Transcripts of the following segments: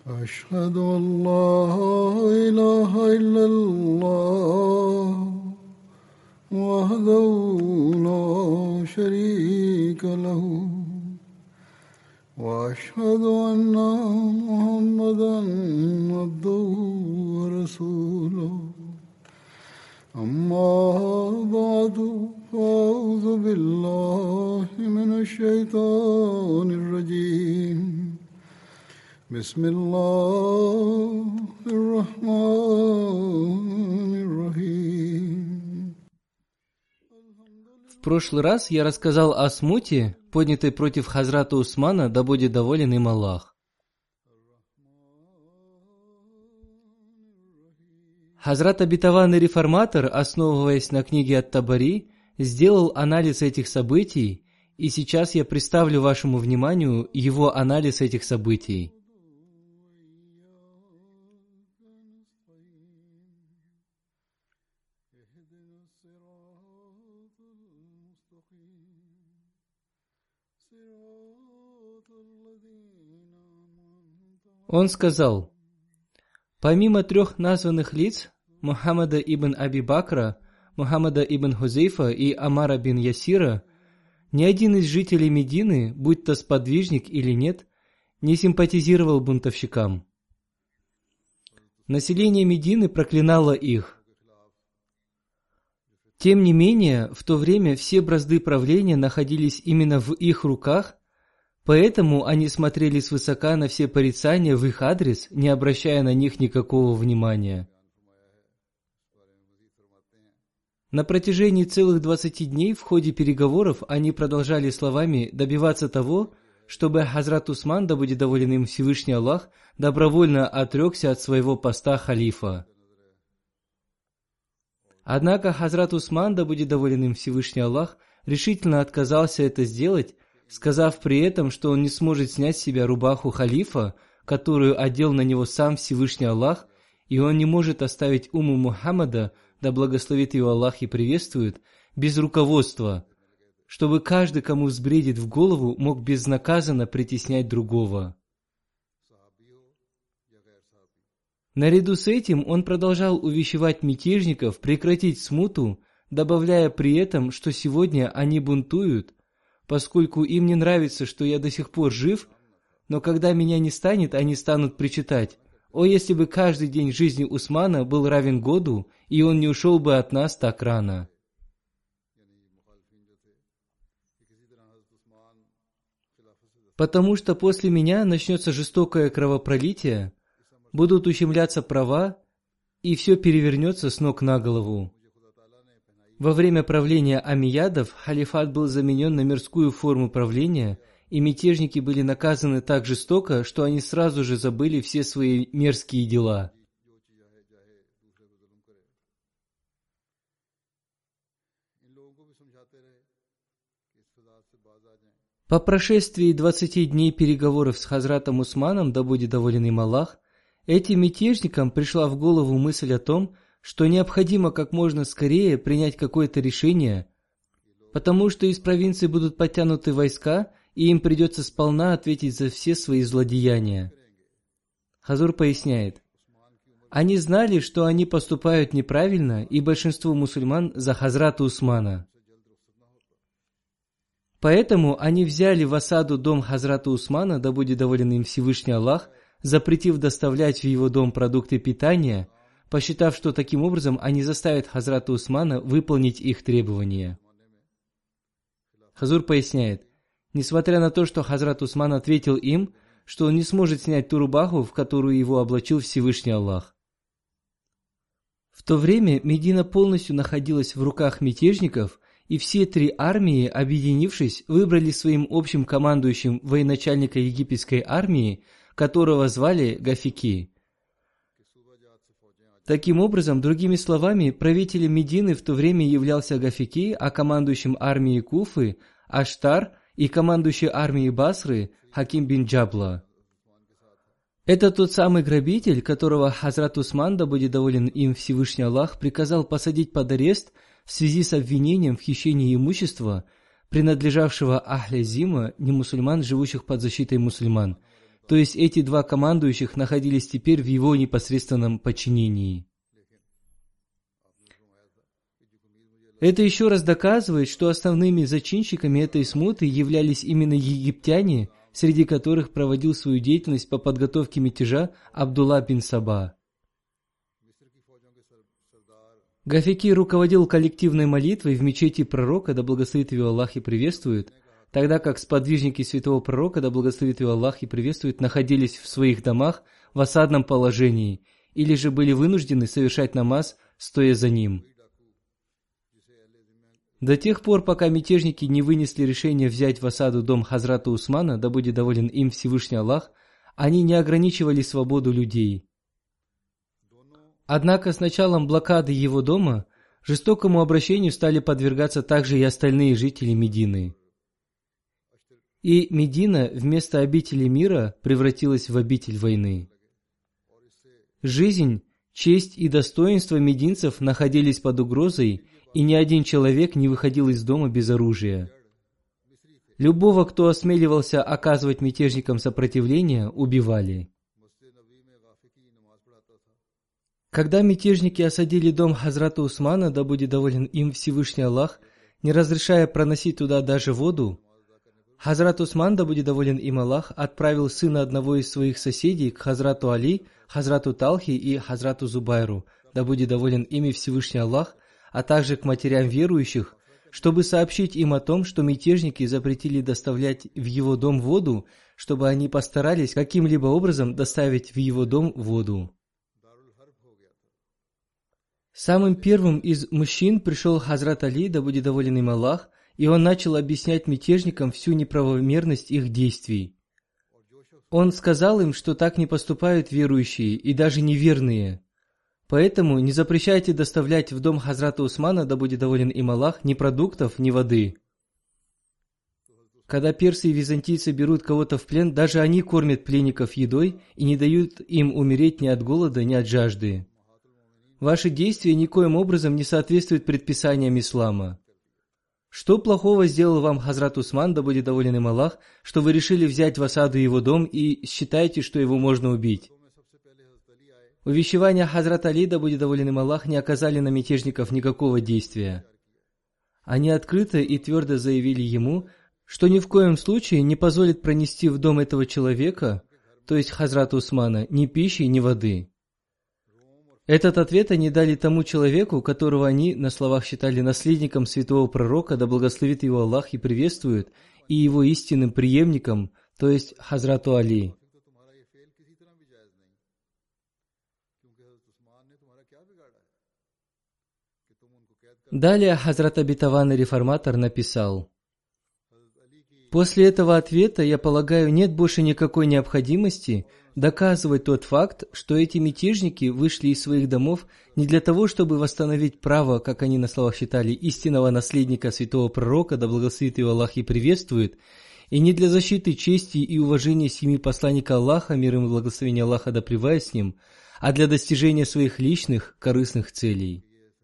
أشهد أن لا إله إلا الله وحده لا شريك له وأشهد أن محمدا عبده ورسوله أما بعد فأعوذ بالله من الشيطان الرجيم بسم الله الرحمن الرحيم. В прошлый раз я рассказал о смуте, поднятой против Хазрата Усмана, да будет доволен им Аллах. Хазрат обетованный реформатор, основываясь на книге Ат-Табари, сделал анализ этих событий, и сейчас я представлю вашему вниманию его анализ этих событий. Он сказал: помимо трех названных лиц, Мухаммада ибн Аби Бакра, Мухаммада ибн Хузейфа и Амара бин Ясира, ни один из жителей Медины, будь то сподвижник или нет, не симпатизировал бунтовщикам. Население Медины проклинало их. Тем не менее, в то время все бразды правления находились именно в их руках, поэтому они смотрели свысока на все порицания в их адрес, не обращая на них никакого внимания. На протяжении целых 20 дней в ходе переговоров они продолжали словами добиваться того, чтобы Хазрат Усман, да будет доволен им Всевышний Аллах, добровольно отрекся от своего поста халифа. Однако Хазрат Усман, да будет доволен им Всевышний Аллах, решительно отказался это сделать, сказав при этом, что он не сможет снять с себя рубаху халифа, которую одел на него сам Всевышний Аллах, и он не может оставить умму Мухаммада, да благословит его Аллах и приветствует, без руководства, чтобы каждый, кому взбредет в голову, мог безнаказанно притеснять другого. Наряду с этим он продолжал увещевать мятежников прекратить смуту, добавляя при этом, что сегодня они бунтуют, поскольку им не нравится, что я до сих пор жив, но когда меня не станет, они станут причитать: «О, если бы каждый день жизни Усмана был равен году, и он не ушел бы от нас так рано». Потому что после меня начнется жестокое кровопролитие, будут ущемляться права, и все перевернется с ног на голову. Во время правления амиядов халифат был заменен на мирскую форму правления, и мятежники были наказаны так жестоко, что они сразу же забыли все свои мерзкие дела. По прошествии 20 дней переговоров с Хазратом Усманом, да будет доволен им Аллах, этим мятежникам пришла в голову мысль о том, что необходимо как можно скорее принять какое-то решение, потому что из провинции будут подтянуты войска, и им придется сполна ответить за все свои злодеяния. Хазур поясняет: они знали, что они поступают неправильно, и большинство мусульман за Хазрата Усмана. Поэтому они взяли в осаду дом Хазрата Усмана, да будет доволен им Всевышний Аллах, запретив доставлять в его дом продукты питания, посчитав, что таким образом они заставят Хазрата Усмана выполнить их требования. Хазур поясняет: несмотря на то, что Хазрат Усман ответил им, что он не сможет снять ту рубаху, в которую его облачил Всевышний Аллах. В то время Медина полностью находилась в руках мятежников, и все три армии, объединившись, выбрали своим общим командующим военачальника египетской армии, которого звали Гафики. Таким образом, другими словами, правителем Медины в то время являлся Гафики, а командующим армией Куфы – Аштар, и командующий армией Басры – Хаким бин Джабла. Это тот самый грабитель, которого Хазрат Усман, да будет доволен им Всевышний Аллах, приказал посадить под арест в связи с обвинением в хищении имущества, принадлежавшего Ахле Зима, немусульман, живущих под защитой мусульман, То есть эти два командующих находились теперь в его непосредственном подчинении. Это еще раз доказывает, что основными зачинщиками этой смуты являлись именно египтяне, среди которых проводил свою деятельность по подготовке мятежа Абдулла бин Саба. Гафики руководил коллективной молитвой в мечети пророка, да благословит его Аллах и приветствует, тогда как сподвижники святого пророка, да благословит его Аллах и приветствует, находились в своих домах в осадном положении, или же были вынуждены совершать намаз, стоя за ним. До тех пор, пока мятежники не вынесли решение взять в осаду дом Хазрата Усмана, да будет доволен им Всевышний Аллах, они не ограничивали свободу людей. Однако с началом блокады его дома жестокому обращению стали подвергаться также и остальные жители Медины. И Медина вместо обители мира превратилась в обитель войны. Жизнь, честь и достоинство мединцев находились под угрозой, и ни один человек не выходил из дома без оружия. Любого, кто осмеливался оказывать мятежникам сопротивление, убивали. Когда мятежники осадили дом Хазрата Усмана, да будет доволен им Всевышний Аллах, не разрешая проносить туда даже воду, Хазрат Усман, да будет доволен им Аллах, отправил сына одного из своих соседей к Хазрату Али, Хазрату Талхи и Хазрату Зубайру, да будет доволен ими Всевышний Аллах, а также к матерям верующих, чтобы сообщить им о том, что мятежники запретили доставлять в его дом воду, чтобы они постарались каким-либо образом доставить в его дом воду. Самым первым из мужчин пришел Хазрат Али, да будет доволен им Аллах, и он начал объяснять мятежникам всю неправомерность их действий. Он сказал им, что так не поступают верующие и даже неверные. Поэтому не запрещайте доставлять в дом Хазрата Усмана, да будет доволен им Аллах, ни продуктов, ни воды. Когда персы и византийцы берут кого-то в плен, даже они кормят пленников едой и не дают им умереть ни от голода, ни от жажды. Ваши действия никоим образом не соответствуют предписаниям ислама. Что плохого сделал вам Хазрат Усман, да будет доволен им Аллах, что вы решили взять в осаду его дом и считаете, что его можно убить? Увещевания Хазрата Али, да будет доволен им Аллах, не оказали на мятежников никакого действия. Они открыто и твердо заявили ему, что ни в коем случае не позволит пронести в дом этого человека, то есть Хазрата Усмана, ни пищи, ни воды. Этот ответ они дали тому человеку, которого они на словах считали наследником святого пророка, да благословит его Аллах и приветствует, и его истинным преемником, то есть Хазрату Али. Далее Хазрат Абитаван Реформатор написал: «После этого ответа, я полагаю, нет больше никакой необходимости доказывать тот факт, что эти мятежники вышли из своих домов не для того, чтобы восстановить право, как они на словах считали, истинного наследника святого пророка, да благословит его Аллах и приветствует, и не для защиты чести и уважения семьи посланника Аллаха, мир им и благословение Аллаха да пребывает с ним, а для достижения своих личных корыстных целей».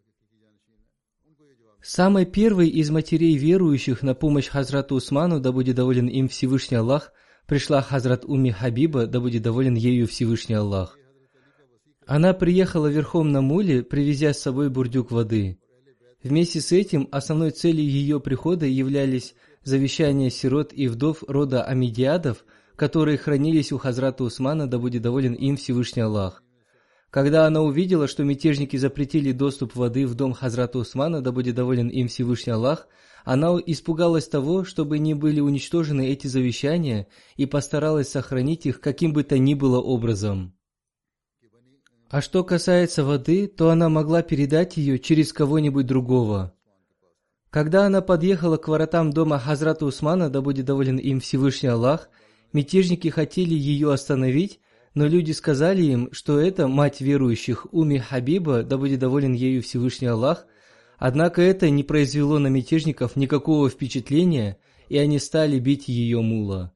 Самой первой из матерей верующих на помощь Хазрату Усману, да будет доволен им Всевышний Аллах, пришла Хазрат Умми Хабиба, да будет доволен ею Всевышний Аллах. Она приехала верхом на муле, привезя с собой бурдюк воды. Вместе с этим основной целью ее прихода являлись завещания сирот и вдов рода Амидиадов, которые хранились у Хазрата Усмана, да будет доволен им Всевышний Аллах. Когда она увидела, что мятежники запретили доступ воды в дом Хазрата Усмана, да будет доволен им Всевышний Аллах, она испугалась того, чтобы не были уничтожены эти завещания, и постаралась сохранить их каким бы то ни было образом. А что касается воды, то она могла передать ее через кого-нибудь другого. Когда она подъехала к воротам дома Хазрата Усмана, да будет доволен им Всевышний Аллах, мятежники хотели ее остановить, но люди сказали им, что это мать верующих Умми Хабиба, да будет доволен ею Всевышний Аллах, однако это не произвело на мятежников никакого впечатления, и они стали бить ее мула.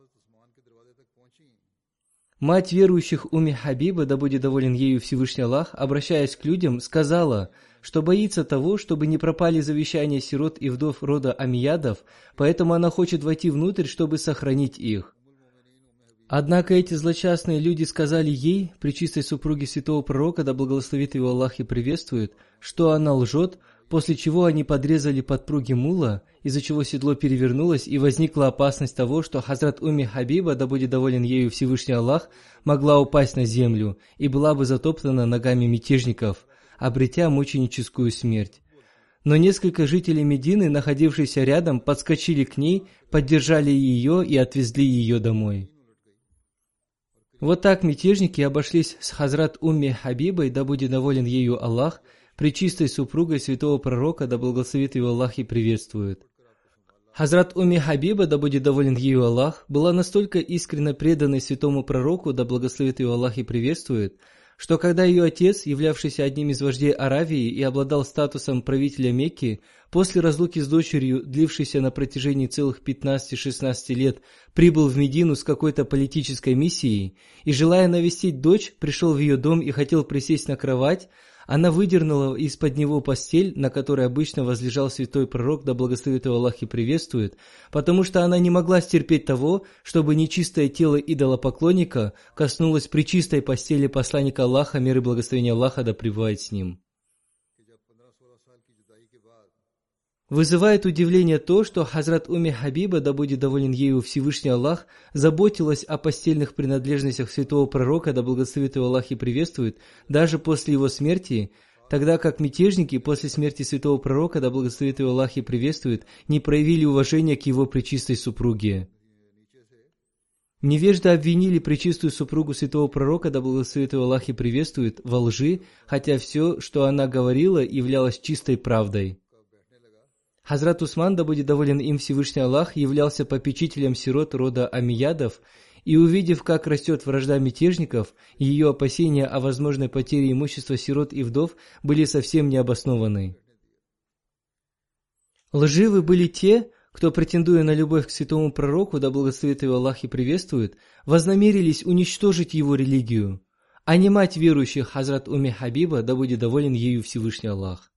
Мать верующих Умми Хабиба, да будет доволен ею Всевышний Аллах, обращаясь к людям, сказала, что боится того, чтобы не пропали завещания сирот и вдов рода Амиядов, поэтому она хочет войти внутрь, чтобы сохранить их. Однако эти злосчастные люди сказали ей, пречистой супруге святого пророка, да благословит его Аллах и приветствует, что она лжет, после чего они подрезали подпруги мула, из-за чего седло перевернулось, и возникла опасность того, что Хазрат Умми Хабиба, да будет доволен ею Всевышний Аллах, могла упасть на землю и была бы затоптана ногами мятежников, обретя мученическую смерть. Но несколько жителей Медины, находившиеся рядом, подскочили к ней, поддержали ее и отвезли ее домой. Вот так мятежники обошлись с Хазрат Умми Хабибой, да будет доволен ею Аллах, пречистой супругой святого пророка, да благословит его Аллах и приветствует. Хазрат Умми Хабиба, да будет доволен ею Аллах, была настолько искренне преданной святому пророку, да благословит его Аллах и приветствует, что когда ее отец, являвшийся одним из вождей Аравии и обладал статусом правителя Мекки, после разлуки с дочерью, длившейся на протяжении целых 15-16 лет, прибыл в Медину с какой-то политической миссией и, желая навестить дочь, пришел в ее дом и хотел присесть на кровать, она выдернула из-под него постель, на которой обычно возлежал святой пророк, да благословит его Аллах и приветствует, потому что она не могла стерпеть того, чтобы нечистое тело идолопоклонника коснулось пречистой постели посланника Аллаха, мир и благословение Аллаха да пребывает с ним. Вызывает удивление то, что Хазрат Умми Хабиба, да будет доволен ею Всевышний Аллах, заботилась о постельных принадлежностях святого пророка, да благословит его Аллах и приветствует, даже после его смерти, тогда как мятежники после смерти святого пророка, да благословит его Аллах и приветствует, не проявили уважения к его пречистой супруге. Невежды обвинили пречистую супругу святого пророка, да благословит его Аллах и приветствует, во лжи, хотя все, что она говорила, являлось чистой правдой. Хазрат Усман, да будет доволен им Всевышний Аллах, являлся попечителем сирот рода Амиядов, и увидев, как растет вражда мятежников, ее опасения о возможной потере имущества сирот и вдов были совсем необоснованы. Лживы были те, кто, претендуя на любовь к святому пророку, да благословит его Аллах и приветствует, вознамерились уничтожить его религию, а не мать верующих Хазрат Умми Хабиба, да будет доволен ею Всевышний Аллах.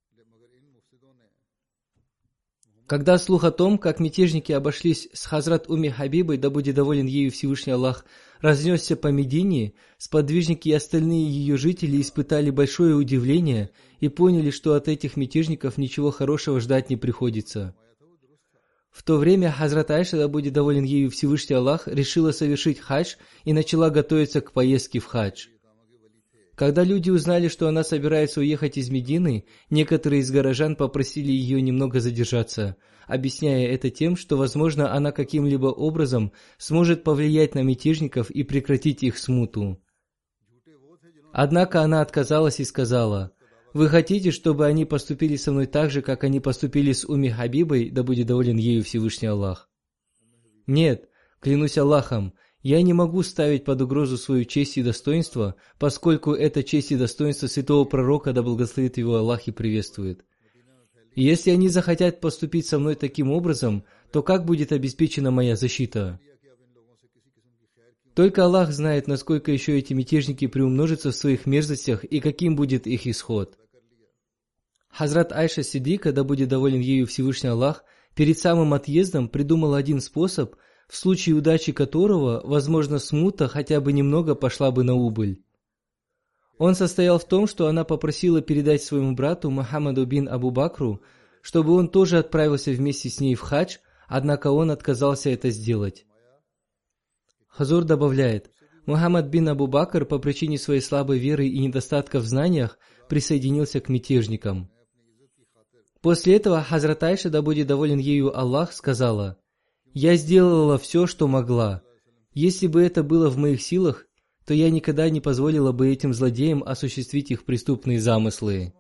Когда слух о том, как мятежники обошлись с Хазрат Умми Хабибой, да будет доволен ею Всевышний Аллах, разнесся по Медине, сподвижники и остальные ее жители испытали большое удивление и поняли, что от этих мятежников ничего хорошего ждать не приходится. В то время Хазрат Айша, да будет доволен ею Всевышний Аллах, решила совершить хадж и начала готовиться к поездке в хадж. Когда люди узнали, что она собирается уехать из Медины, некоторые из горожан попросили ее немного задержаться, объясняя это тем, что, возможно, она каким-либо образом сможет повлиять на мятежников и прекратить их смуту. Однако она отказалась и сказала: «Вы хотите, чтобы они поступили со мной так же, как они поступили с Умми Хабибой, да будет доволен ею Всевышний Аллах?» «Нет, клянусь Аллахом, я не могу ставить под угрозу свою честь и достоинство, поскольку это честь и достоинство святого пророка, да благословит его Аллах и приветствует. И если они захотят поступить со мной таким образом, то как будет обеспечена моя защита? Только Аллах знает, насколько еще эти мятежники приумножатся в своих мерзостях и каким будет их исход». Хазрат Айша Сиддика, да будет доволен ею Всевышний Аллах, перед самым отъездом придумал один способ, в случае удачи которого, возможно, смута хотя бы немного пошла бы на убыль. Он состоял в том, что она попросила передать своему брату Мухаммаду бин Абу Бакру, чтобы он тоже отправился вместе с ней в хадж, однако он отказался это сделать. Хазур добавляет: Мухаммад бин Абу Бакр по причине своей слабой веры и недостатка в знаниях присоединился к мятежникам. После этого Хазрат Айша, да будет доволен ею Аллах, сказала: «Я сделала все, что могла. Если бы это было в моих силах, то я никогда не позволила бы этим злодеям осуществить их преступные замыслы».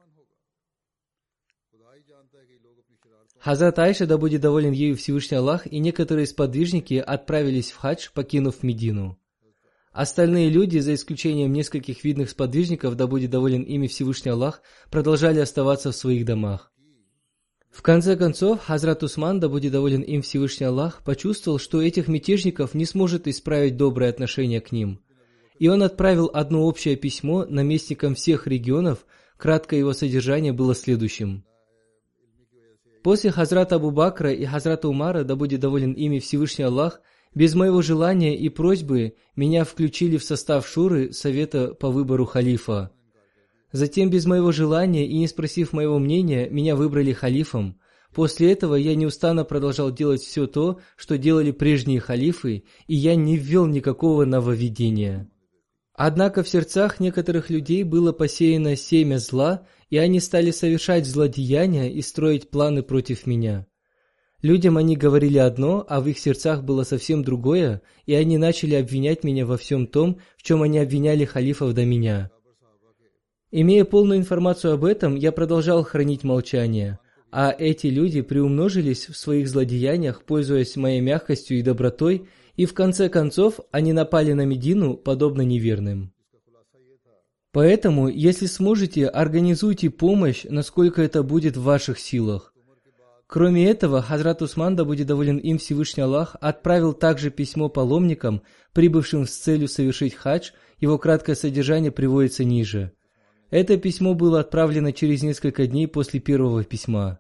Хазрат Айша, да будет доволен ею Всевышний Аллах, и некоторые сподвижники отправились в хадж, покинув Медину. Остальные люди, за исключением нескольких видных сподвижников, да будет доволен ими Всевышний Аллах, продолжали оставаться в своих домах. В конце концов, Хазрат Усман, да будет доволен им Всевышний Аллах, почувствовал, что этих мятежников не сможет исправить доброе отношение к ним. И он отправил одно общее письмо наместникам всех регионов, краткое его содержание было следующим. После Хазрата Абу Бакра и Хазрата Умара, да будет доволен ими Всевышний Аллах, Без моего желания и просьбы меня включили в состав шуры, совета по выбору халифа. Затем, без моего желания и не спросив моего мнения, меня выбрали халифом. После этого я неустанно продолжал делать все то, что делали прежние халифы, и я не ввел никакого нововведения. Однако в сердцах некоторых людей было посеяно семя зла, и они стали совершать злодеяния и строить планы против меня. Людям они говорили одно, а в их сердцах было совсем другое, и они начали обвинять меня во всем том, в чем они обвиняли халифов до меня. Имея полную информацию об этом, я продолжал хранить молчание, а эти люди приумножились в своих злодеяниях, пользуясь моей мягкостью и добротой, и в конце концов они напали на Медину, подобно неверным. Поэтому, если сможете, организуйте помощь, насколько это будет в ваших силах. Кроме этого, Хазрат Усман, да будет доволен им Всевышний Аллах, отправил также письмо паломникам, прибывшим с целью совершить хадж, его краткое содержание приводится ниже. Это письмо было отправлено через несколько дней после первого письма.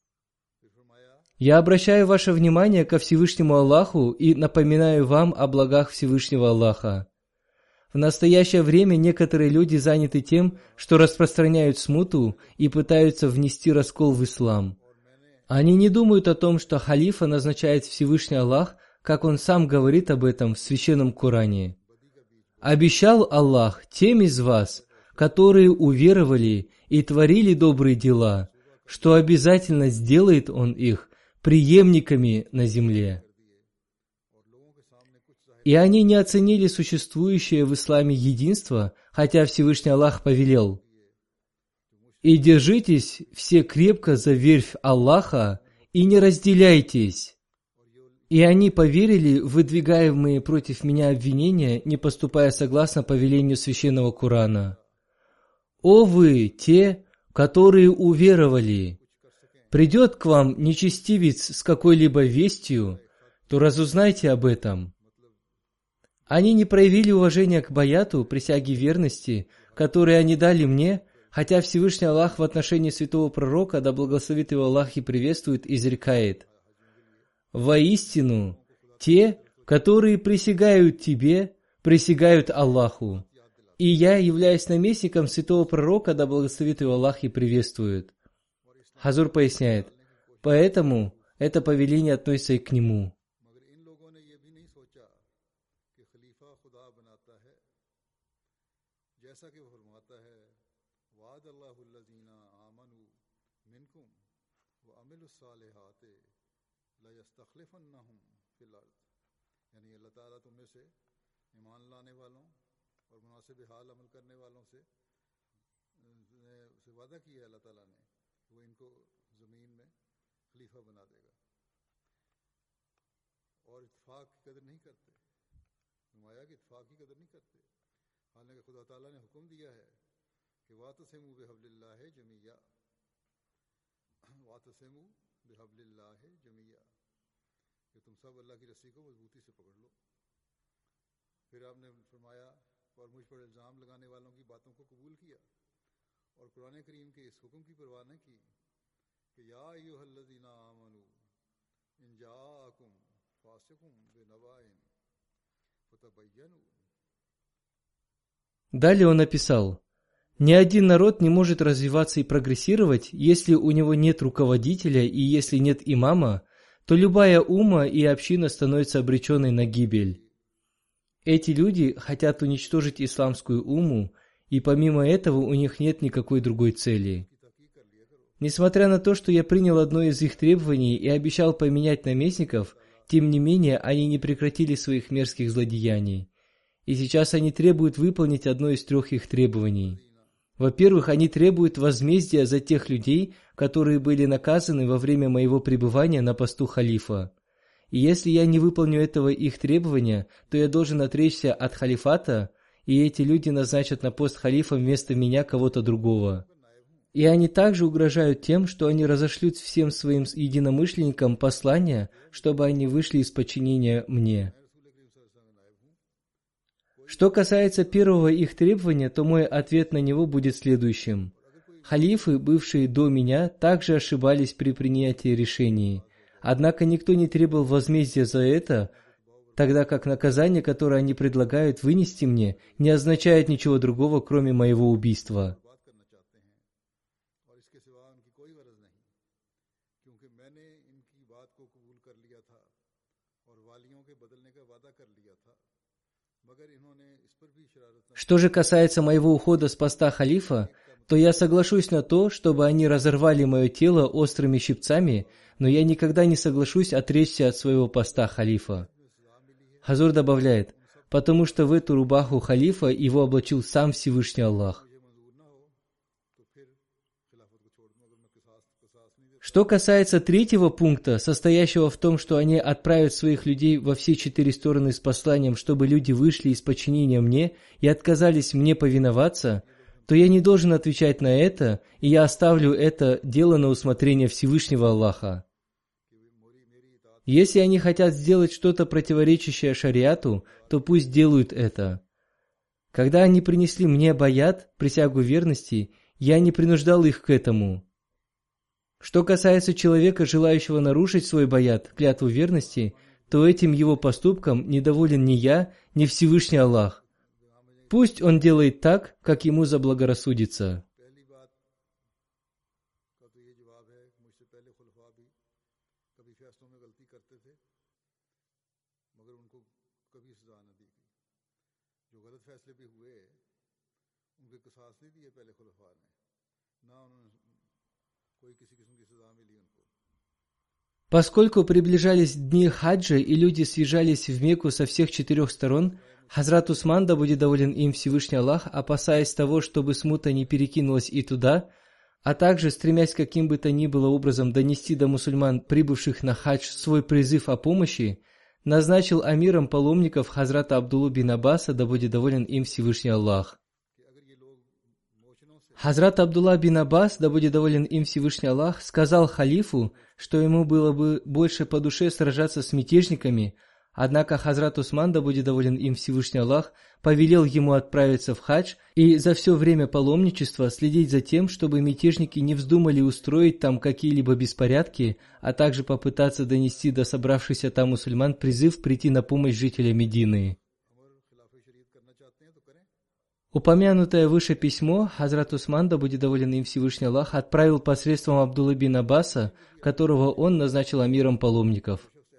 Я обращаю ваше внимание ко Всевышнему Аллаху и напоминаю вам о благах Всевышнего Аллаха. В настоящее время некоторые люди заняты тем, что распространяют смуту и пытаются внести раскол в ислам. Они не думают о том, что халифа назначает Всевышний Аллах, как он сам говорит об этом в Священном Коране. «Обещал Аллах тем из вас, которые уверовали и творили добрые дела, что обязательно сделает Он их преемниками на земле». И они не оценили существующее в исламе единство, хотя Всевышний Аллах повелел: «И держитесь все крепко за верфь Аллаха, и не разделяйтесь». И они поверили в выдвигаемые против меня обвинения, не поступая согласно повелению Священного Корана. «О вы, те, которые уверовали! Придет к вам нечестивец с какой-либо вестью, то разузнайте об этом». Они не проявили уважения к баяту, присяге верности, которые они дали мне, хотя Всевышний Аллах в отношении святого пророка, да благословит его Аллах и приветствует, изрекает: «Воистину, те, которые присягают тебе, присягают Аллаху. И я являюсь наместником святого пророка, да благословит его Аллах и приветствует». Хазур поясняет: поэтому это повеление относится и к нему. Далее он написал: «Ни один народ не может развиваться и прогрессировать, если у него нет руководителя и если нет имама, то любая умма и община становится обреченной на гибель». Эти люди хотят уничтожить исламскую умму, и помимо этого у них нет никакой другой цели. Несмотря на то, что я принял одно из их требований и обещал поменять наместников, тем не менее они не прекратили своих мерзких злодеяний. И сейчас они требуют выполнить одно из 3 их требований. Во-первых, они требуют возмездия за тех людей, которые были наказаны во время моего пребывания на посту халифа. И если я не выполню этого их требования, то я должен отречься от халифата, и эти люди назначат на пост халифа вместо меня кого-то другого. И они также угрожают тем, что они разошлют всем своим единомышленникам послания, чтобы они вышли из подчинения мне. Что касается первого их требования, то мой ответ на него будет следующим. Халифы, бывшие до меня, также ошибались при принятии решений. Однако никто не требовал возмездия за это, тогда как наказание, которое они предлагают вынести мне, не означает ничего другого, кроме моего убийства. Что же касается моего ухода с поста халифа, то я соглашусь на то, чтобы они разорвали мое тело острыми щипцами, но я никогда не соглашусь отречься от своего поста халифа. Хазур добавляет, потому что в эту рубаху халифа его облачил сам Всевышний Аллах. Что касается третьего пункта, состоящего в том, что они отправят своих людей во все 4 стороны с посланием, чтобы люди вышли из подчинения мне и отказались мне повиноваться, то я не должен отвечать на это, и я оставлю это дело на усмотрение Всевышнего Аллаха. Если они хотят сделать что-то противоречащее шариату, то пусть делают это. Когда они принесли мне баят, присягу верности, я не принуждал их к этому. Что касается человека, желающего нарушить свой баят, клятву верности, то этим его поступком недоволен ни я, ни Всевышний Аллах. Пусть он делает так, как ему заблагорассудится. Поскольку приближались дни хаджа и люди съезжались в Мекку со всех 4 сторон, Хазрат Усман, да будет доволен им Всевышний Аллах, опасаясь того, чтобы смута не перекинулась и туда, а также стремясь каким бы то ни было образом донести до мусульман, прибывших на хадж, свой призыв о помощи, назначил амиром паломников Хазрата Абдуллу бин Аббаса, да будет доволен им Всевышний Аллах. Хазрат Абдулла бин Аббас, да будет доволен им Всевышний Аллах, сказал халифу, что ему было бы больше по душе сражаться с мятежниками, однако Хазрат Усман, да будет доволен им Всевышний Аллах, повелел ему отправиться в хадж и за все время паломничества следить за тем, чтобы мятежники не вздумали устроить там какие-либо беспорядки, а также попытаться донести до собравшихся там мусульман призыв прийти на помощь жителям Медины. Упомянутое выше письмо Хазрат Усман, да будет доволен им Всевышний Аллах, отправил посредством Абдуллы бин Аббаса, которого он назначил амиром паломников.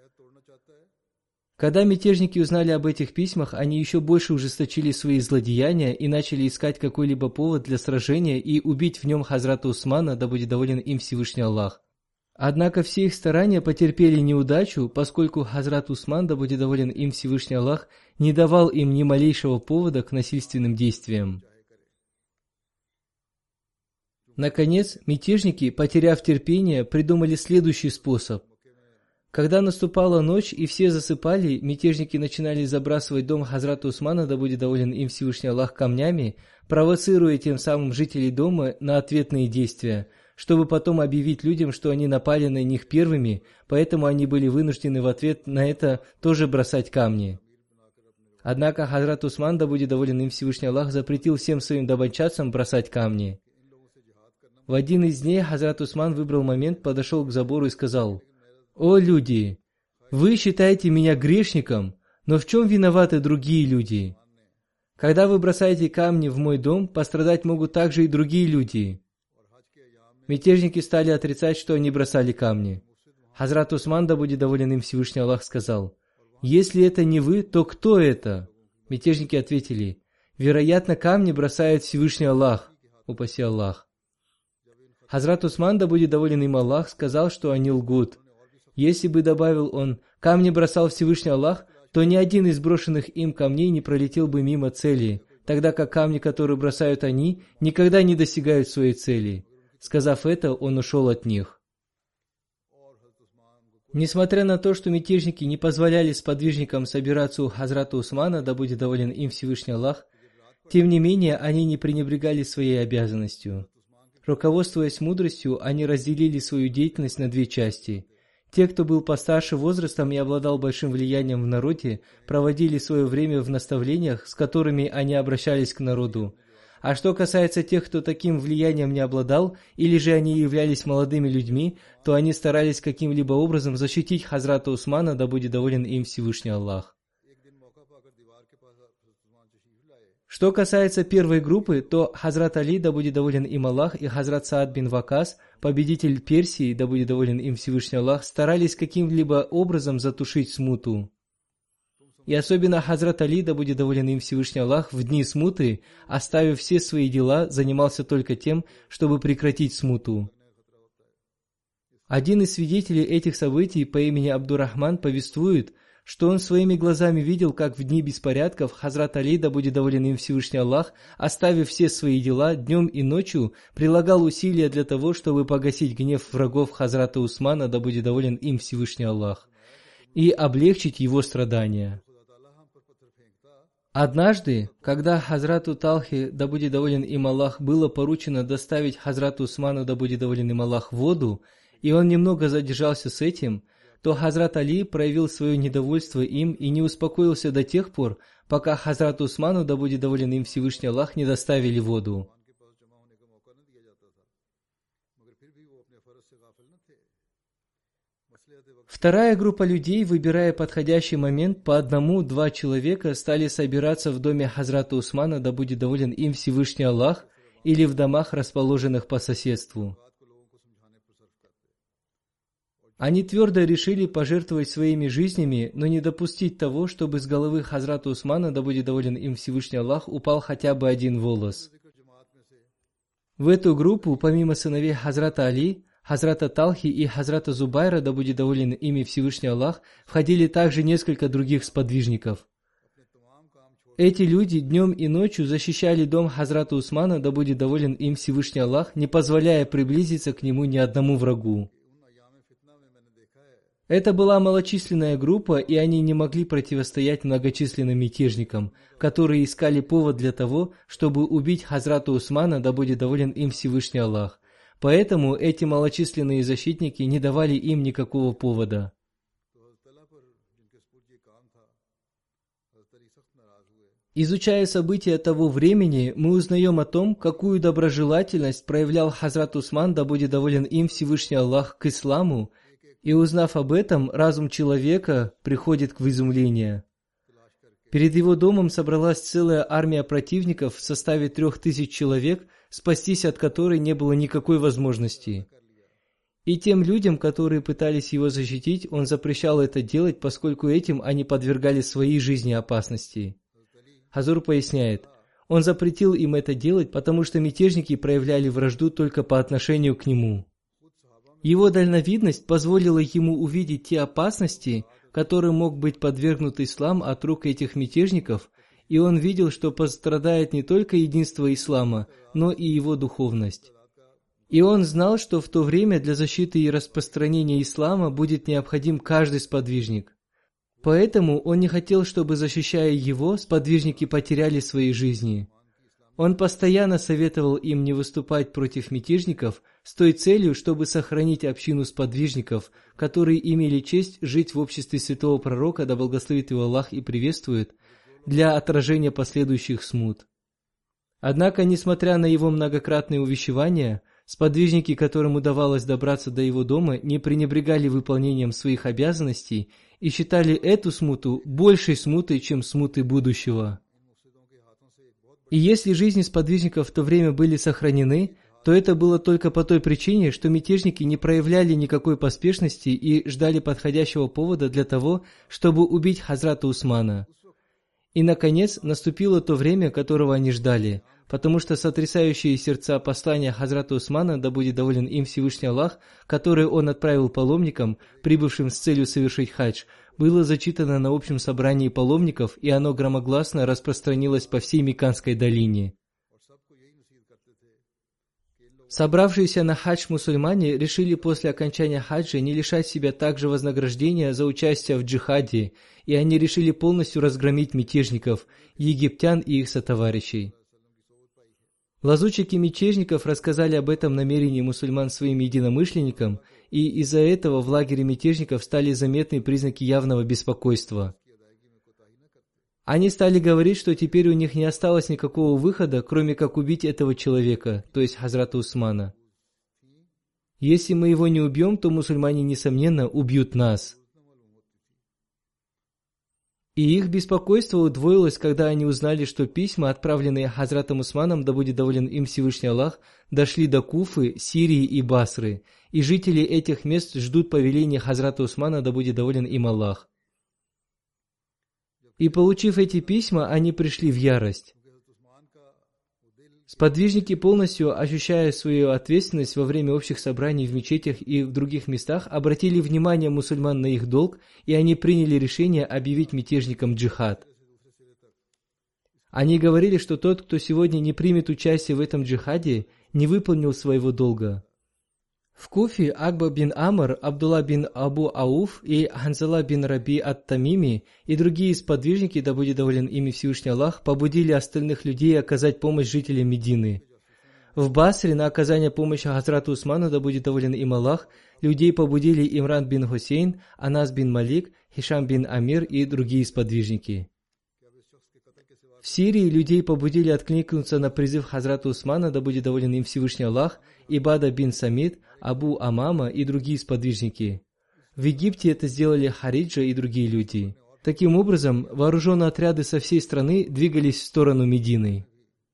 Когда мятежники узнали об этих письмах, они еще больше ужесточили свои злодеяния и начали искать какой-либо повод для сражения и убить в нем Хазрата Усмана, да будет доволен им Всевышний Аллах. Однако все их старания потерпели неудачу, поскольку Хазрат Усман, да будет доволен им Всевышний Аллах, не давал им ни малейшего повода к насильственным действиям. Наконец, мятежники, потеряв терпение, придумали следующий способ. Когда наступала ночь и все засыпали, мятежники начинали забрасывать дом Хазрата Усмана, да будет доволен им Всевышний Аллах, камнями, провоцируя тем самым жителей дома на ответные действия, чтобы потом объявить людям, что они напали на них первыми, поэтому они были вынуждены в ответ на это тоже бросать камни. Однако Хазрат Усман, да будет доволен им Всевышний Аллах, запретил всем своим домочадцам бросать камни. В один из дней Хазрат Усман выбрал момент, подошел к забору и сказал: «О люди, вы считаете меня грешником, но в чем виноваты другие люди? Когда вы бросаете камни в мой дом, пострадать могут также и другие люди». Мятежники стали отрицать, что они бросали камни. Хазрат Усман, да будет доволен им Всевышний Аллах, сказал: «Если это не вы, то кто это?» Мятежники ответили: «Вероятно, камни бросает Всевышний Аллах, упаси Аллах». Хазрат Усман, да будет доволен им Аллах, сказал, что они лгут. Если бы, добавил он, камни бросал Всевышний Аллах, то ни один из брошенных им камней не пролетел бы мимо цели, тогда как камни, которые бросают они, никогда не достигают своей цели. Сказав это, он ушел от них. Несмотря на то, что мятежники не позволяли сподвижникам собираться у Хазрата Усмана, да будет доволен им Всевышний Аллах, тем не менее, они не пренебрегали своей обязанностью. Руководствуясь мудростью, они разделили свою деятельность на 2 части. Те, кто был постарше возрастом и обладал большим влиянием в народе, проводили свое время в наставлениях, с которыми они обращались к народу. А что касается тех, кто таким влиянием не обладал, или же они являлись молодыми людьми, то они старались каким-либо образом защитить Хазрата Усмана, да будет доволен им Всевышний Аллах. Что касается первой группы, то Хазрат Али, да будет доволен им Аллах, и Хазрат Саад бин Вакас, победитель Персии, да будет доволен им Всевышний Аллах, старались каким-либо образом затушить смуту. И особенно Хазрат Али, да будет доволен им Всевышний Аллах, в дни смуты, оставив все свои дела, занимался только тем, чтобы прекратить смуту. Один из свидетелей этих событий по имени Абдурахман повествует, что он своими глазами видел, как в дни беспорядков Хазрат Али, да будет доволен им Всевышний Аллах, оставив все свои дела, днем и ночью прилагал усилия для того, чтобы погасить гнев врагов Хазрата Усмана, да будет доволен им Всевышний Аллах, и облегчить его страдания. Однажды, когда Хазрату Талхи, да будет доволен им Аллах, было поручено доставить Хазрату Усману, да будет доволен им Аллах, воду, и он немного задержался с этим, то Хазрат Али проявил свое недовольство им и не успокоился до тех пор, пока Хазрату Усману, да будет доволен им Всевышний Аллах, не доставили воду. Вторая группа людей, выбирая подходящий момент, по одному-два человека стали собираться в доме Хазрата Усмана, да будет доволен им Всевышний Аллах, или в домах, расположенных по соседству. Они твердо решили пожертвовать своими жизнями, но не допустить того, чтобы с головы Хазрата Усмана, да будет доволен им Всевышний Аллах, упал хотя бы один волос. В эту группу, помимо сыновей Хазрата Али, Хазрата Талхи и Хазрата Зубайра, да будет доволен ими Всевышний Аллах, входили также несколько других сподвижников. Эти люди днем и ночью защищали дом Хазрата Усмана, да будет доволен им Всевышний Аллах, не позволяя приблизиться к нему ни одному врагу. Это была малочисленная группа, и они не могли противостоять многочисленным мятежникам, которые искали повод для того, чтобы убить Хазрата Усмана, да будет доволен им Всевышний Аллах. Поэтому эти малочисленные защитники не давали им никакого повода. Изучая события того времени, мы узнаем о том, какую доброжелательность проявлял Хазрат Усман, да будет доволен им Всевышний Аллах, к исламу, и узнав об этом, разум человека приходит к изумлению. Перед его домом собралась целая армия противников в составе 3000 человек, спастись от которой не было никакой возможности. И тем людям, которые пытались его защитить, он запрещал это делать, поскольку этим они подвергали своей жизни опасности. Хазур поясняет, он запретил им это делать, потому что мятежники проявляли вражду только по отношению к нему. Его дальновидность позволила ему увидеть те опасности, которым мог быть подвергнут ислам от рук этих мятежников, и он видел, что пострадает не только единство ислама, но и его духовность. И он знал, что в то время для защиты и распространения ислама будет необходим каждый сподвижник. Поэтому он не хотел, чтобы, защищая его, сподвижники потеряли свои жизни. Он постоянно советовал им не выступать против мятежников с той целью, чтобы сохранить общину сподвижников, которые имели честь жить в обществе святого пророка, да благословит его Аллах и приветствует, для отражения последующих смут. Однако, несмотря на его многократные увещевания, сподвижники, которым удавалось добраться до его дома, не пренебрегали выполнением своих обязанностей и считали эту смуту большей смутой, чем смуты будущего. И если жизни сподвижников в то время были сохранены, то это было только по той причине, что мятежники не проявляли никакой поспешности и ждали подходящего повода для того, чтобы убить Хазрата Усмана. И, наконец, наступило то время, которого они ждали, потому что сотрясающие сердца послания Хазрата Усмана, да будет доволен им Всевышний Аллах, которое он отправил паломникам, прибывшим с целью совершить хадж, было зачитано на общем собрании паломников, и оно громогласно распространилось по всей Мекканской долине. Собравшиеся на хадж мусульмане решили после окончания хаджа не лишать себя также вознаграждения за участие в джихаде, и они решили полностью разгромить мятежников, египтян и их сотоварищей. Лазутчики мятежников рассказали об этом намерении мусульман своим единомышленникам, и из-за этого в лагере мятежников стали заметны признаки явного беспокойства. Они стали говорить, что теперь у них не осталось никакого выхода, кроме как убить этого человека, то есть Хазрата Усмана. Если мы его не убьем, то мусульмане, несомненно, убьют нас. И их беспокойство удвоилось, когда они узнали, что письма, отправленные Хазратом Усманом, да будет доволен им Всевышний Аллах, дошли до Куфы, Сирии и Басры, и жители этих мест ждут повеления Хазрата Усмана, да будет доволен им Аллах. И получив эти письма, они пришли в ярость. Сподвижники, полностью ощущая свою ответственность во время общих собраний в мечетях и в других местах, обратили внимание мусульман на их долг, и они приняли решение объявить мятежникам джихад. Они говорили, что тот, кто сегодня не примет участие в этом джихаде, не выполнил своего долга. В Куфе Акба бин Амр, Абдулла бин Абу Ауф и Ханзала бин Раби ат-Тамими и другие сподвижники, да будет доволен ими Всевышний Аллах, побудили остальных людей оказать помощь жителям Медины. В Басре на оказание помощи Хазрату Усману, да будет доволен им Аллах, людей побудили Имран бин Хусейн, Анас бин Малик, Хишам бин Амир и другие сподвижники. В Сирии людей побудили откликнуться на призыв Хазрата Усмана, да будет доволен им Всевышний Аллах, Ибада бин Самид, Абу Амама и другие сподвижники. В Египте это сделали Хариджа и другие люди. Таким образом, вооруженные отряды со всей страны двигались в сторону Медины.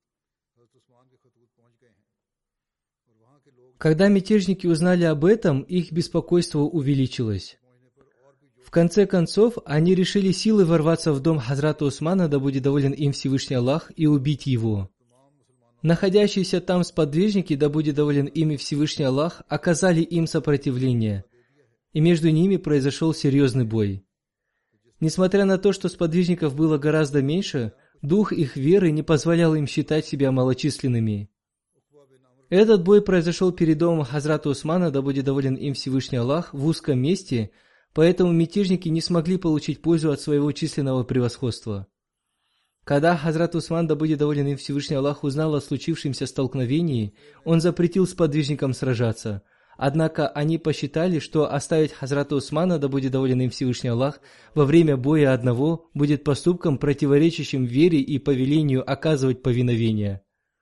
Когда мятежники узнали об этом, их беспокойство увеличилось. В конце концов, они решили силой ворваться в дом Хазрата Усмана, да будет доволен им Всевышний Аллах, и убить его. Находящиеся там сподвижники, да будет доволен ими Всевышний Аллах, оказали им сопротивление, и между ними произошел серьезный бой. Несмотря на то, что сподвижников было гораздо меньше, дух их веры не позволял им считать себя малочисленными. Этот бой произошел перед домом Хазрата Усмана, да будет доволен им Всевышний Аллах, в узком месте, поэтому мятежники не смогли получить пользу от своего численного превосходства. Когда Хазрат Усман, да будет доволен им Всевышний Аллах, узнал о случившемся столкновении, он запретил сподвижникам сражаться. Однако они посчитали, что оставить Хазрата Усмана, да будет доволен им Всевышний Аллах, во время боя одного будет поступком, противоречащим вере и повелению оказывать повиновение.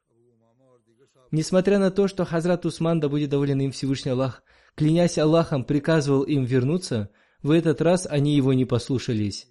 Несмотря на то, что Хазрат Усман, да будет доволен им Всевышний Аллах, клянясь Аллахом, приказывал им вернуться, в этот раз они его не послушались.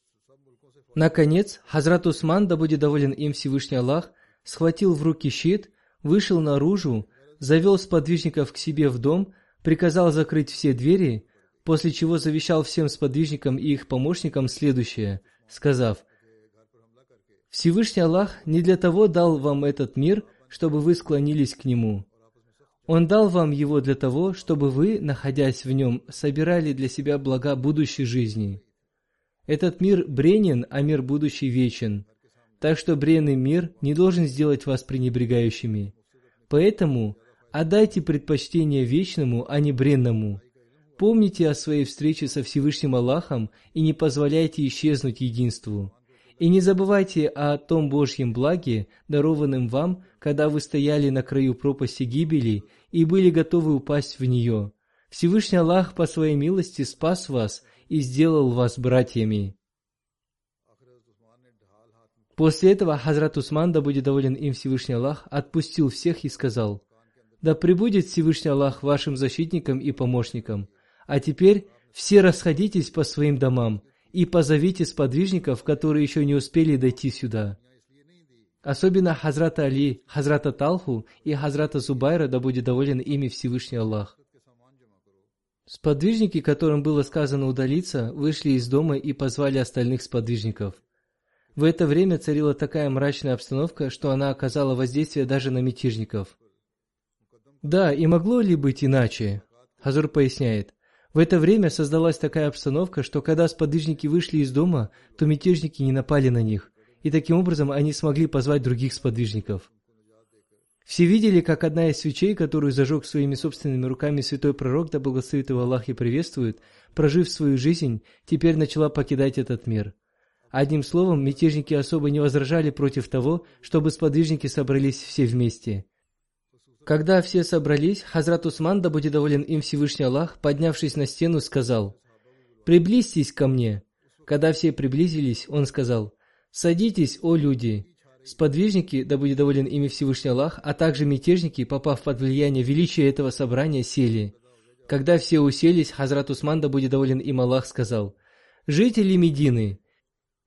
Наконец, Хазрат Усман, да будет доволен им Всевышний Аллах, схватил в руки щит, вышел наружу, завел сподвижников к себе в дом, приказал закрыть все двери, после чего завещал всем сподвижникам и их помощникам следующее, сказав: «Всевышний Аллах не для того дал вам этот мир, чтобы вы склонились к нему. Он дал вам его для того, чтобы вы, находясь в нем, собирали для себя блага будущей жизни. Этот мир бренен, а мир будущий вечен. Так что бренный мир не должен сделать вас пренебрегающими. Поэтому отдайте предпочтение вечному, а не бренному. Помните о своей встрече со Всевышним Аллахом и не позволяйте исчезнуть единству. И не забывайте о том Божьем благе, дарованном вам, когда вы стояли на краю пропасти гибели и были готовы упасть в нее. Всевышний Аллах по своей милости спас вас и сделал вас братьями». После этого Хазрат Усман, да будет доволен им Всевышний Аллах, отпустил всех и сказал: «Да пребудет Всевышний Аллах вашим защитником и помощником. А теперь все расходитесь по своим домам и позовите сподвижников, которые еще не успели дойти сюда». Особенно Хазрата Али, Хазрата Талху и Хазрата Зубайра, да будет доволен ими Всевышний Аллах. Сподвижники, которым было сказано удалиться, вышли из дома и позвали остальных сподвижников. В это время царила такая мрачная обстановка, что она оказала воздействие даже на мятежников. Да, и могло ли быть иначе? Хазур поясняет: в это время создалась такая обстановка, что когда сподвижники вышли из дома, то мятежники не напали на них, и таким образом они смогли позвать других сподвижников. Все видели, как одна из свечей, которую зажег своими собственными руками святой пророк, да благословит его Аллах и приветствует, прожив свою жизнь, теперь начала покидать этот мир. Одним словом, мятежники особо не возражали против того, чтобы сподвижники собрались все вместе. Когда все собрались, Хазрат Усман, да будет доволен им Всевышний Аллах, поднявшись на стену, сказал: «Приблизьтесь ко мне». Когда все приблизились, он сказал: «Садитесь, о люди». Сподвижники, да будет доволен ими Всевышний Аллах, а также мятежники, попав под влияние величия этого собрания, сели. Когда все уселись, Хазрат Усман, да будет доволен им Аллах, сказал: «Жители Медины,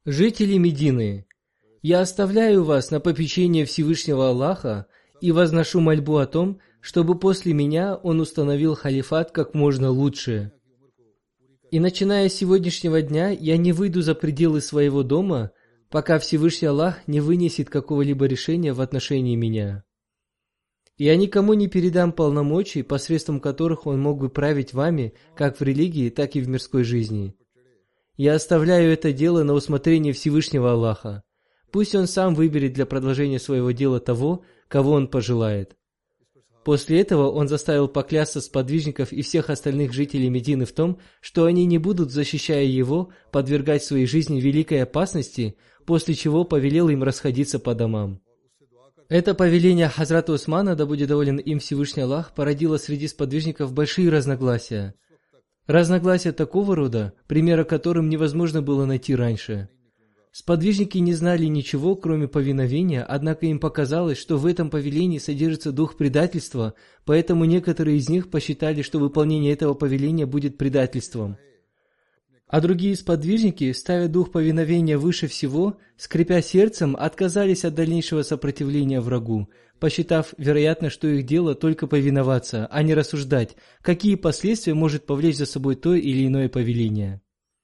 Жители Медины, я оставляю вас на попечение Всевышнего Аллаха и возношу мольбу о том, чтобы после меня Он установил халифат как можно лучше. И начиная с сегодняшнего дня, я не выйду за пределы своего дома, пока Всевышний Аллах не вынесет какого-либо решения в отношении меня. Я никому не передам полномочий, посредством которых Он мог бы править вами, как в религии, так и в мирской жизни. Я оставляю это дело на усмотрение Всевышнего Аллаха. Пусть Он сам выберет для продолжения своего дела того, кого Он пожелает. После этого Он заставил поклясться сподвижников и всех остальных жителей Медины в том, что они не будут, защищая Его, подвергать своей жизни великой опасности, после чего повелел им расходиться по домам. Это повеление Хазрата Усмана, да будет доволен им Всевышний Аллах, породило среди сподвижников большие разногласия. Разногласия такого рода, примера которым невозможно было найти раньше. Сподвижники не знали ничего, кроме повиновения, однако им показалось, что в этом повелении содержится дух предательства, поэтому некоторые из них посчитали, что выполнение этого повеления будет предательством. А другие сподвижники, ставя дух повиновения выше всего, скрипя сердцем, отказались от дальнейшего сопротивления врагу, посчитав, вероятно, что их дело только повиноваться, а не рассуждать, какие последствия может повлечь за собой то или иное повеление.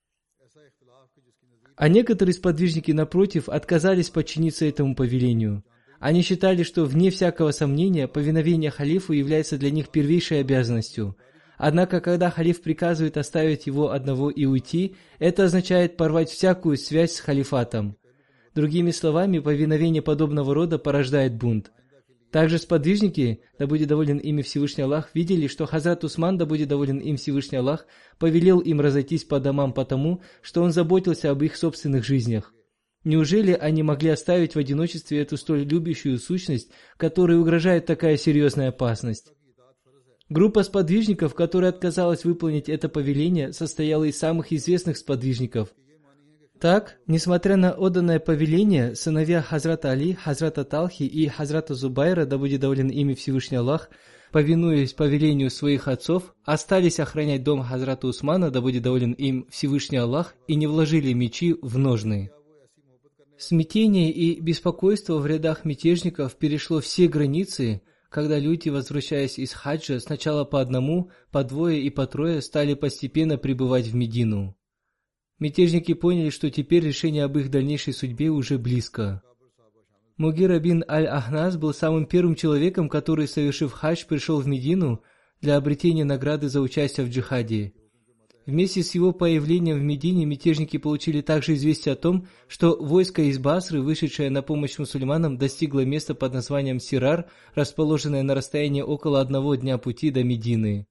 А некоторые сподвижники, напротив, отказались подчиниться этому повелению. Они считали, что, вне всякого сомнения, повиновение халифу является для них первейшей обязанностью. Однако, когда халиф приказывает оставить его одного и уйти, это означает порвать всякую связь с халифатом. Другими словами, повиновение подобного рода порождает бунт. Также сподвижники, да будет доволен ими Всевышний Аллах, видели, что Хазрат Усман, да будет доволен им Всевышний Аллах, повелел им разойтись по домам потому, что он заботился об их собственных жизнях. Неужели они могли оставить в одиночестве эту столь любящую сущность, которой угрожает такая серьезная опасность? Группа сподвижников, которая отказалась выполнить это повеление, состояла из самых известных сподвижников. Так, несмотря на отданное повеление, сыновья Хазрата Али, Хазрата Талхи и Хазрата Зубайра, да будет доволен ими Всевышний Аллах, повинуясь повелению своих отцов, остались охранять дом Хазрата Усмана, да будет доволен им Всевышний Аллах, и не вложили мечи в ножны. Смятение и беспокойство в рядах мятежников перешло все границы, когда люди, возвращаясь из хаджа, сначала по одному, по двое и по трое стали постепенно прибывать в Медину. Мятежники поняли, что теперь решение об их дальнейшей судьбе уже близко. Мугира бин Аль-Ахнас был самым первым человеком, который, совершив хадж, пришел в Медину для обретения награды за участие в джихаде. Вместе с его появлением в Медине мятежники получили также известие о том, что войско из Басры, вышедшее на помощь мусульманам, достигло места под названием Сирар, расположенное на расстоянии около 1 дня пути до Медины.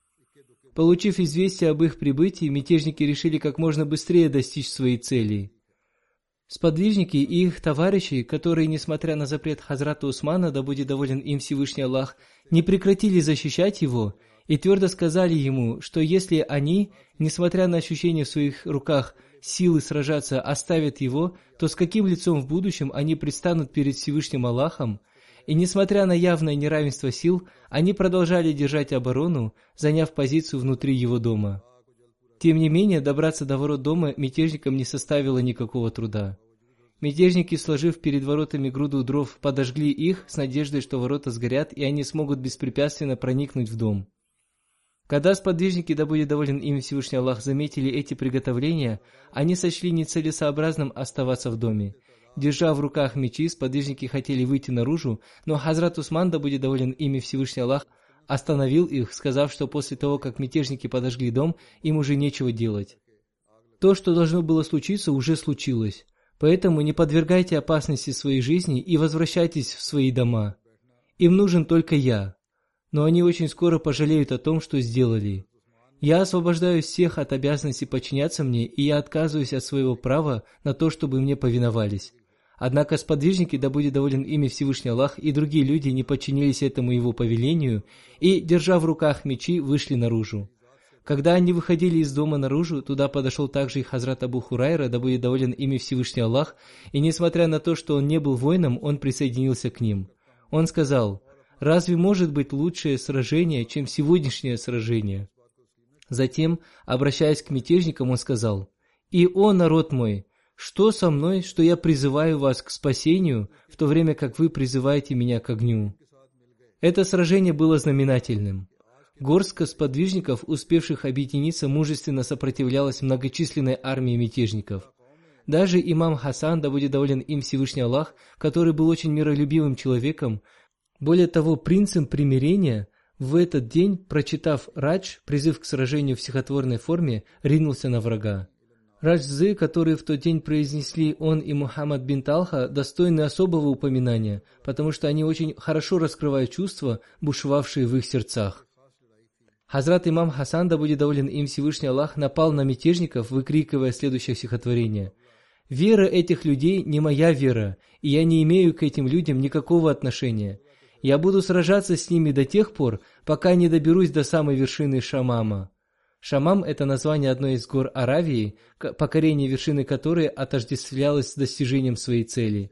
Получив известие об их прибытии, мятежники решили как можно быстрее достичь своей цели. Сподвижники и их товарищи, которые, несмотря на запрет Хазрата Усмана, да будет доволен им Всевышний Аллах, не прекратили защищать его и твердо сказали ему, что если они, несмотря на ощущение в своих руках силы сражаться, оставят его, то с каким лицом в будущем они предстанут перед Всевышним Аллахом? И несмотря на явное неравенство сил, они продолжали держать оборону, заняв позицию внутри его дома. Тем не менее, добраться до ворот дома мятежникам не составило никакого труда. Мятежники, сложив перед воротами груду дров, подожгли их с надеждой, что ворота сгорят, и они смогут беспрепятственно проникнуть в дом. Когда сподвижники, да будет доволен им Всевышний Аллах, заметили эти приготовления, они сочли нецелесообразным оставаться в доме. Держа в руках мечи, сподвижники хотели выйти наружу, но Хазрат Усман, да будет доволен ими Всевышний Аллах, остановил их, сказав, что после того, как мятежники подожгли дом, им уже нечего делать. То, что должно было случиться, уже случилось. Поэтому не подвергайте опасности своей жизни и возвращайтесь в свои дома. Им нужен только я. Но они очень скоро пожалеют о том, что сделали. Я освобождаю всех от обязанности подчиняться мне, и я отказываюсь от своего права на то, чтобы мне повиновались. Однако сподвижники, да будет доволен ими Всевышний Аллах, и другие люди не подчинились этому его повелению, и, держа в руках мечи, вышли наружу. Когда они выходили из дома наружу, туда подошел также и Хазрат Абу Хурайра, да будет доволен ими Всевышний Аллах, и несмотря на то, что он не был воином, он присоединился к ним. Он сказал: «Разве может быть лучшее сражение, чем сегодняшнее сражение?» Затем, обращаясь к мятежникам, он сказал: «И, о народ мой, что со мной, что я призываю вас к спасению, в то время как вы призываете меня к огню? Это сражение было знаменательным. Горстка сподвижников, успевших объединиться, мужественно сопротивлялась многочисленной армии мятежников. Даже имам Хасан, да будет доволен им Всевышний Аллах, который был очень миролюбивым человеком, более того, принцем примирения, в этот день, прочитав Радж, призыв к сражению в стихотворной форме, ринулся на врага. Раджзы, которые в тот день произнесли он и Мухаммад бин Талха, достойны особого упоминания, потому что они очень хорошо раскрывают чувства, бушевавшие в их сердцах. Хазрат имам Хасан, да будет доволен им Всевышний Аллах, напал на мятежников, выкрикивая следующее стихотворение: «Вера этих людей не моя вера, и я не имею к этим людям никакого отношения. Я буду сражаться с ними до тех пор, пока не доберусь до самой вершины Шамама». Шамам – это название одной из гор Аравии, покорение вершины которой отождествлялось с достижением своей цели.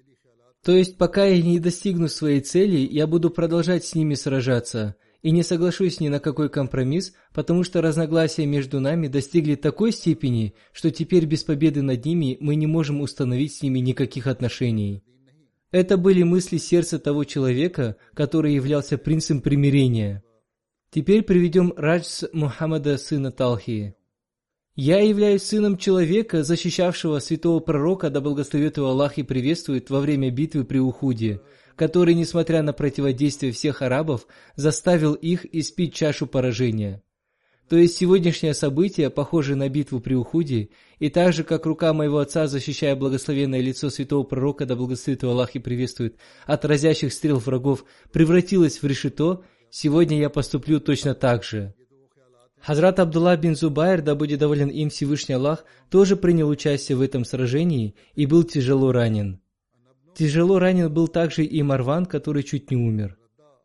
То есть, пока я не достигну своей цели, я буду продолжать с ними сражаться и не соглашусь ни на какой компромисс, потому что разногласия между нами достигли такой степени, что теперь без победы над ними мы не можем установить с ними никаких отношений. Это были мысли сердца того человека, который являлся принцем примирения. Теперь приведем раджз Мухаммада, сына Талхи. «Я являюсь сыном человека, защищавшего святого пророка, да благословит его Аллах и приветствует, во время битвы при Ухуде, который, несмотря на противодействие всех арабов, заставил их испить чашу поражения». То есть сегодняшнее событие, похожее на битву при Ухуде, и так же, как рука моего отца, защищая благословенное лицо святого пророка, да благословит его Аллах и приветствует, от разящих стрел врагов, превратилась в решето, сегодня я поступлю точно так же. Хазрат Абдулла бин Зубайр, да будет доволен им Всевышний Аллах, тоже принял участие в этом сражении и был тяжело ранен. Тяжело ранен был также и Марван, который чуть не умер.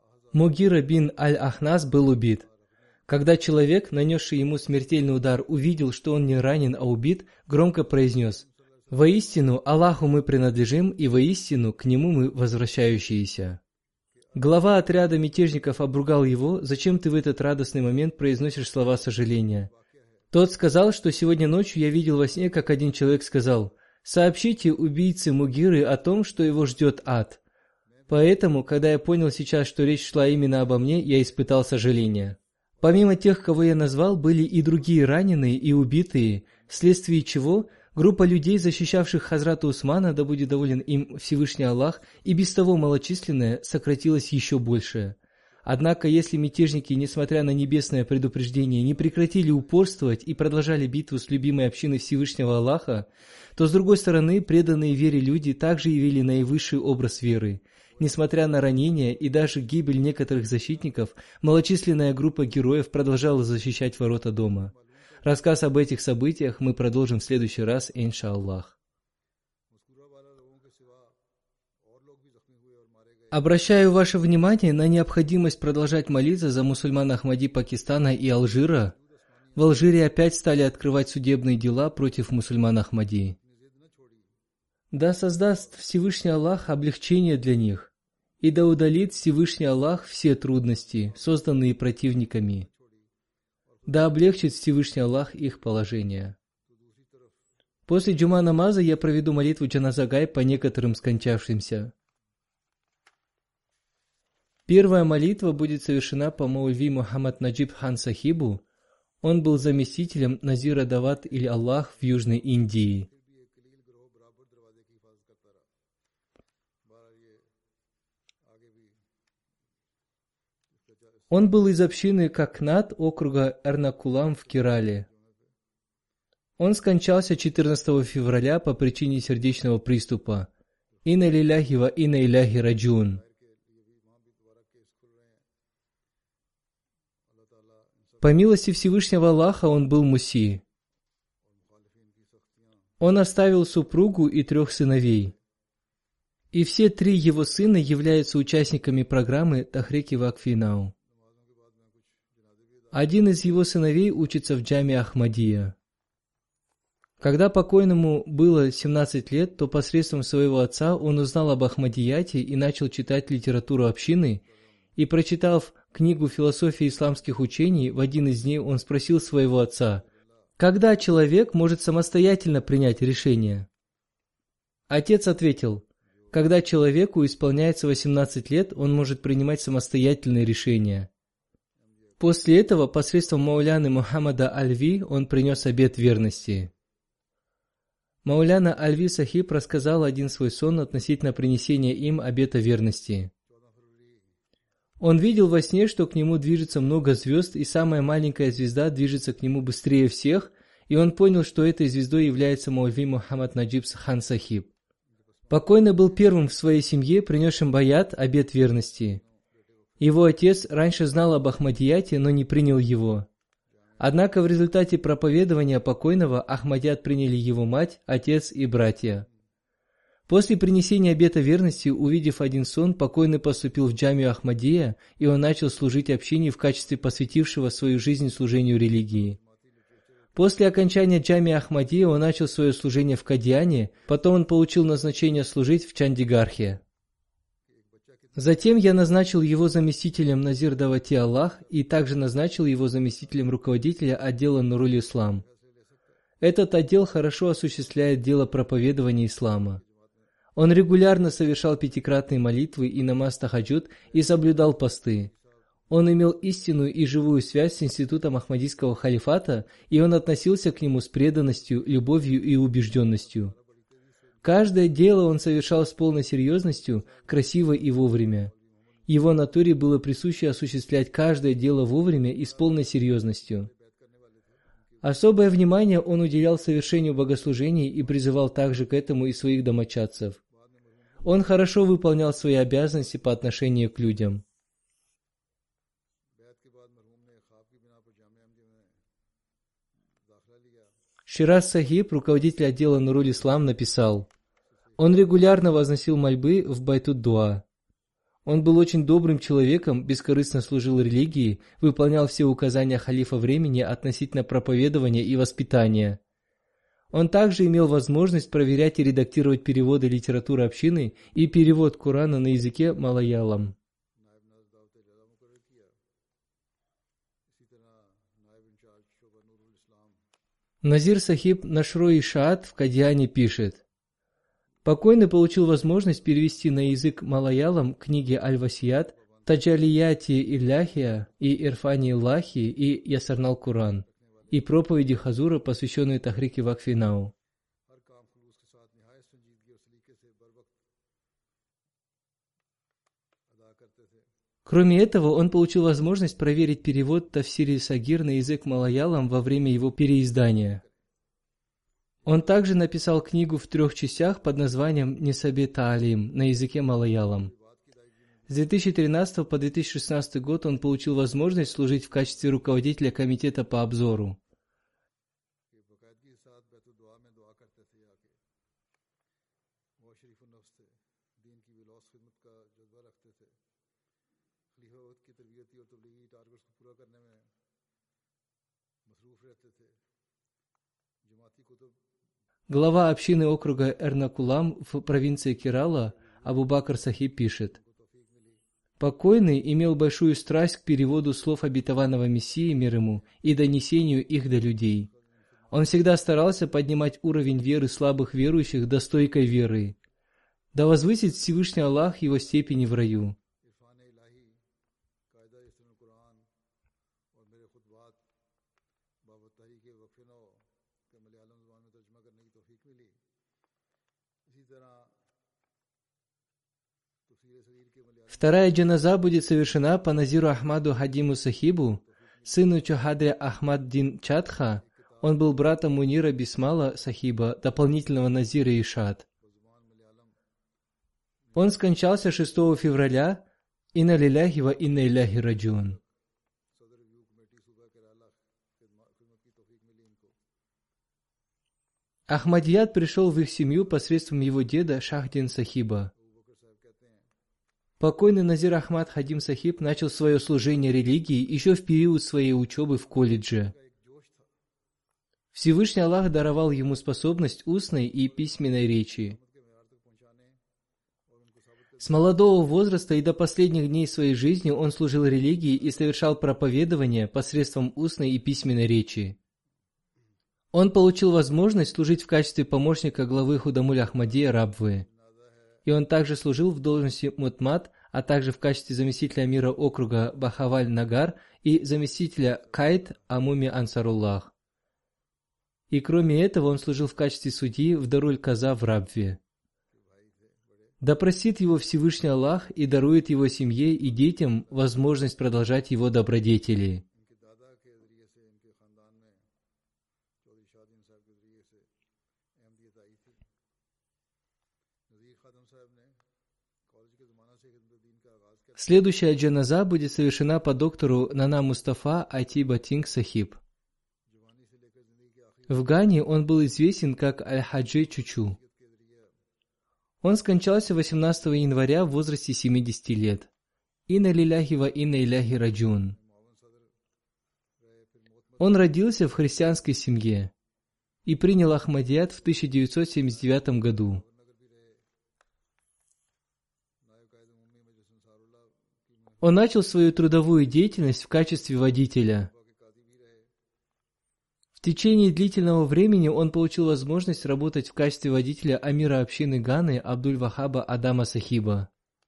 Мугира бин Аль-Ахнас был убит. Когда человек, нанесший ему смертельный удар, увидел, что он не ранен, а убит, громко произнес: «Воистину, Аллаху мы принадлежим, и воистину к Нему мы возвращающиеся». Глава отряда мятежников обругал его: «Зачем ты в этот радостный момент произносишь слова сожаления?» Тот сказал, что сегодня ночью я видел во сне, как один человек сказал: «Сообщите убийце Мугиры о том, что его ждет ад». Поэтому, когда я понял сейчас, что речь шла именно обо мне, я испытал сожаление. Помимо тех, кого я назвал, были и другие раненые и убитые, вследствие чего группа людей, защищавших Хазрата Усмана, да будет доволен им Всевышний Аллах, и без того малочисленная, сократилась еще больше. Однако, если мятежники, несмотря на небесное предупреждение, не прекратили упорствовать и продолжали битву с любимой общиной Всевышнего Аллаха, то, с другой стороны, преданные вере люди также явили наивысший образ веры. Несмотря на ранения и даже гибель некоторых защитников, малочисленная группа героев продолжала защищать ворота дома. Рассказ об этих событиях мы продолжим в следующий раз, иншаллах. Обращаю ваше внимание на необходимость продолжать молиться за мусульман Ахмади Пакистана и Алжира. В Алжире опять стали открывать судебные дела против мусульман Ахмади. Да создаст Всевышний Аллах облегчение для них, и да удалит Всевышний Аллах все трудности, созданные противниками. Да облегчит Всевышний Аллах их положение. После джума намаза я проведу молитву джаназа-гай по некоторым скончавшимся. Первая молитва будет совершена по Маулви Мухаммад Наджиб хан Сахибу. Он был заместителем Назира Дават или Аллах в Южной Индии. Он был из общины Какнат округа Эрнакулам в Керале. Он скончался 14 февраля по причине сердечного приступа. Инна лиляхи ва инна иляхи раджун. По милости Всевышнего Аллаха он был муси. Он оставил супругу и 3 сыновей. И все 3 его сына являются участниками программы Тахрики Вакфинау. Один из его сыновей учится в джаме Ахмадия. Когда покойному было 17 лет, то посредством своего отца он узнал об Ахмадияте и начал читать литературу общины, и, прочитав книгу философии исламских учений, в один из дней он спросил своего отца: Когда человек может самостоятельно принять решение? Отец ответил: когда человеку исполняется 18 лет, он может принимать самостоятельные решения. После этого посредством Мауляны Мухаммада Альви он принес обет верности. Мауляна Альви Сахиб рассказал один свой сон относительно принесения им обета верности. Он видел во сне, что к нему движется много звезд, и самая маленькая звезда движется к нему быстрее всех, и он понял, что этой звездой является Маулви Мухаммад Наджиб Хан Сахиб. Покойный был первым в своей семье, принесшим баят, обет верности. Его отец раньше знал об Ахмадияте, но не принял его. Однако в результате проповедования покойного Ахмадият приняли его мать, отец и братья. После принесения обета верности, увидев один сон, покойный поступил в джамию Ахмадия, и он начал служить общине в качестве посвятившего свою жизнь служению религии. После окончания джамии Ахмадия он начал свое служение в Кадьяне, потом он получил назначение служить в Чандигархе. Затем я назначил его заместителем Назир Давати Аллах и также назначил его заместителем руководителя отдела Нуруль Ислам. Этот отдел хорошо осуществляет дело проповедования ислама. Он регулярно совершал пятикратные молитвы и намаз тахаджуд и соблюдал посты. Он имел истинную и живую связь с институтом Ахмадийского халифата, и он относился к нему с преданностью, любовью и убежденностью. Каждое дело он совершал с полной серьезностью, красиво и вовремя. Его натуре было присуще осуществлять каждое дело вовремя и с полной серьезностью. Особое внимание он уделял совершению богослужений и призывал также к этому и своих домочадцев. Он хорошо выполнял свои обязанности по отношению к людям. Шираз Сахиб, руководитель отдела Нуруль Ислам, написал: он регулярно возносил мольбы в Байтут-Дуа. Он был очень добрым человеком, бескорыстно служил религии, выполнял все указания халифа времени относительно проповедования и воспитания. Он также имел возможность проверять и редактировать переводы литературы общины и перевод Корана на языке малаялам. Назир Сахиб Нашро-и-Шаат в Кадьяне пишет: покойный получил возможность перевести на язык малаялам книги Аль-Васият, Таджалияти Илляхия и Ирфани Илляхи и Ясарнал Куран и проповеди Хазура, посвященные Тахрике Вакфинау. Кроме этого, он получил возможность проверить перевод Тафсири Сагир на язык малаялам во время его переиздания. Он также написал книгу в 3 частях под названием «Нисаби Таалим» на языке малаялам. С 2013 по 2016 год он получил возможность служить в качестве руководителя комитета по обзору. Глава общины округа Эрнакулам в провинции Керала Абу Бакр Сахиб пишет: покойный имел большую страсть к переводу слов обетованного Мессии, мир ему, и донесению их до людей. Он всегда старался поднимать уровень веры слабых верующих до стойкой веры. Да возвысит Всевышний Аллах его степени в раю. Вторая джаназа будет совершена по Назиру Ахмаду Хадиму Сахибу, сыну Чохадре Ахмад Дин Чадха. Он был братом Мунира Бисмала Сахиба, дополнительного Назира Ишад. Он скончался 6 февраля. Инна лилляхи ва инна иляхи раджиун. Ахмадият пришел в их семью посредством его деда Шахдин Сахиба. Покойный Назир Ахмад Хадим Сахиб начал свое служение религии еще в период своей учебы в колледже. Всевышний Аллах даровал ему способность устной и письменной речи. С молодого возраста и до последних дней своей жизни он служил религии и совершал проповедование посредством устной и письменной речи. Он получил возможность служить в качестве помощника главы Худамуль Ахмадия Рабвы. И он также служил в должности Мутмат, а также в качестве заместителя амира округа Бахаваль-Нагар и заместителя Кайт Амуми Ансаруллах. И кроме этого он служил в качестве судьи в Даруль-Каза в Рабве. Да простит его Всевышний Аллах и дарует его семье и детям возможность продолжать его добродетели. Следующая джаназа будет совершена по доктору Нана Мустафа Ати Батинг Сахиб. В Гане он был известен как Аль-Хаджи Чучу. Он скончался 18 января в возрасте 70 лет. Инна лиляхи ва инна иляхи раджун. Он родился в христианской семье и принял Ахмадият в 1979 году. Он начал свою трудовую деятельность в качестве водителя. В течение длительного времени он получил возможность работать в качестве водителя амира общины Ганы Абдуль-Вахаба Адама Сахиба.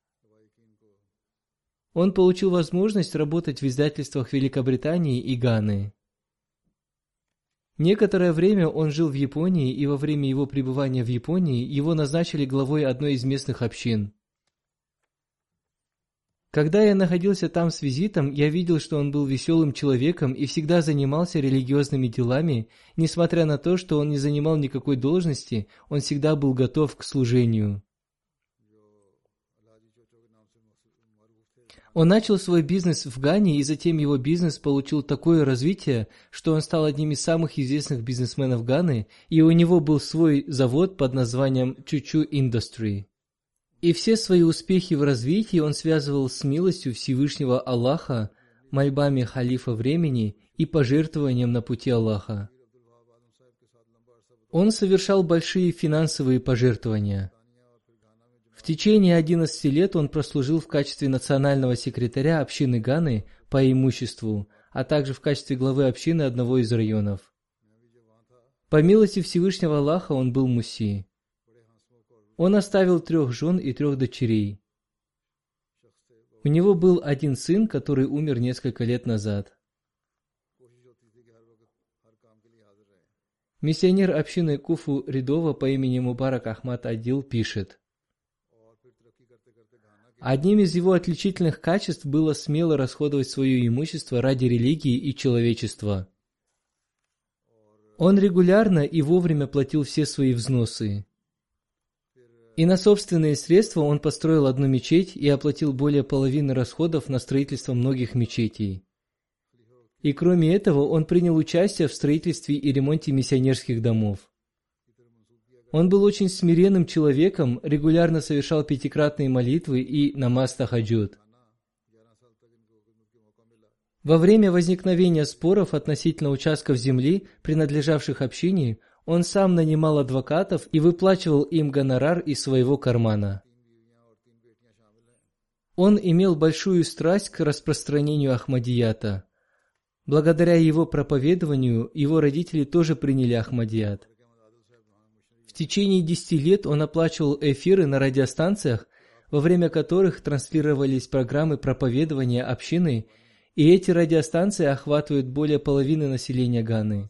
Он получил возможность работать в издательствах Великобритании и Ганы. Некоторое время он жил в Японии, и во время его пребывания в Японии его назначили главой одной из местных общин. Когда я находился там с визитом, я видел, что он был веселым человеком и всегда занимался религиозными делами, несмотря на то, что он не занимал никакой должности, он всегда был готов к служению. Он начал свой бизнес в Гане, и затем его бизнес получил такое развитие, что он стал одним из самых известных бизнесменов Ганы, и у него был свой завод под названием Чучу Industry. И все свои успехи в развитии он связывал с милостью Всевышнего Аллаха, мольбами халифа времени и пожертвованием на пути Аллаха. Он совершал большие финансовые пожертвования. В течение 11 лет он прослужил в качестве национального секретаря общины Ганы по имуществу, а также в качестве главы общины одного из районов. По милости Всевышнего Аллаха он был муси. Он оставил 3 жен и 3 дочерей. У него был один сын, который умер несколько лет назад. Миссионер общины Куфу Ридова по имени Мубарак Ахмад Адил пишет: одним из его отличительных качеств было смело расходовать свое имущество ради религии и человечества. Он регулярно и вовремя платил все свои взносы. И на собственные средства он построил одну мечеть и оплатил более половины расходов на строительство многих мечетей. И кроме этого, он принял участие в строительстве и ремонте миссионерских домов. Он был очень смиренным человеком, регулярно совершал 5-кратные молитвы и намаз тахаджуд. Во время возникновения споров относительно участков земли, принадлежавших общине, он сам нанимал адвокатов и выплачивал им гонорар из своего кармана. Он имел большую страсть к распространению Ахмадията. Благодаря его проповедованию, его родители тоже приняли Ахмадият. В течение 10 лет он оплачивал эфиры на радиостанциях, во время которых транслировались программы проповедования общины, и эти радиостанции охватывают более половины населения Ганы.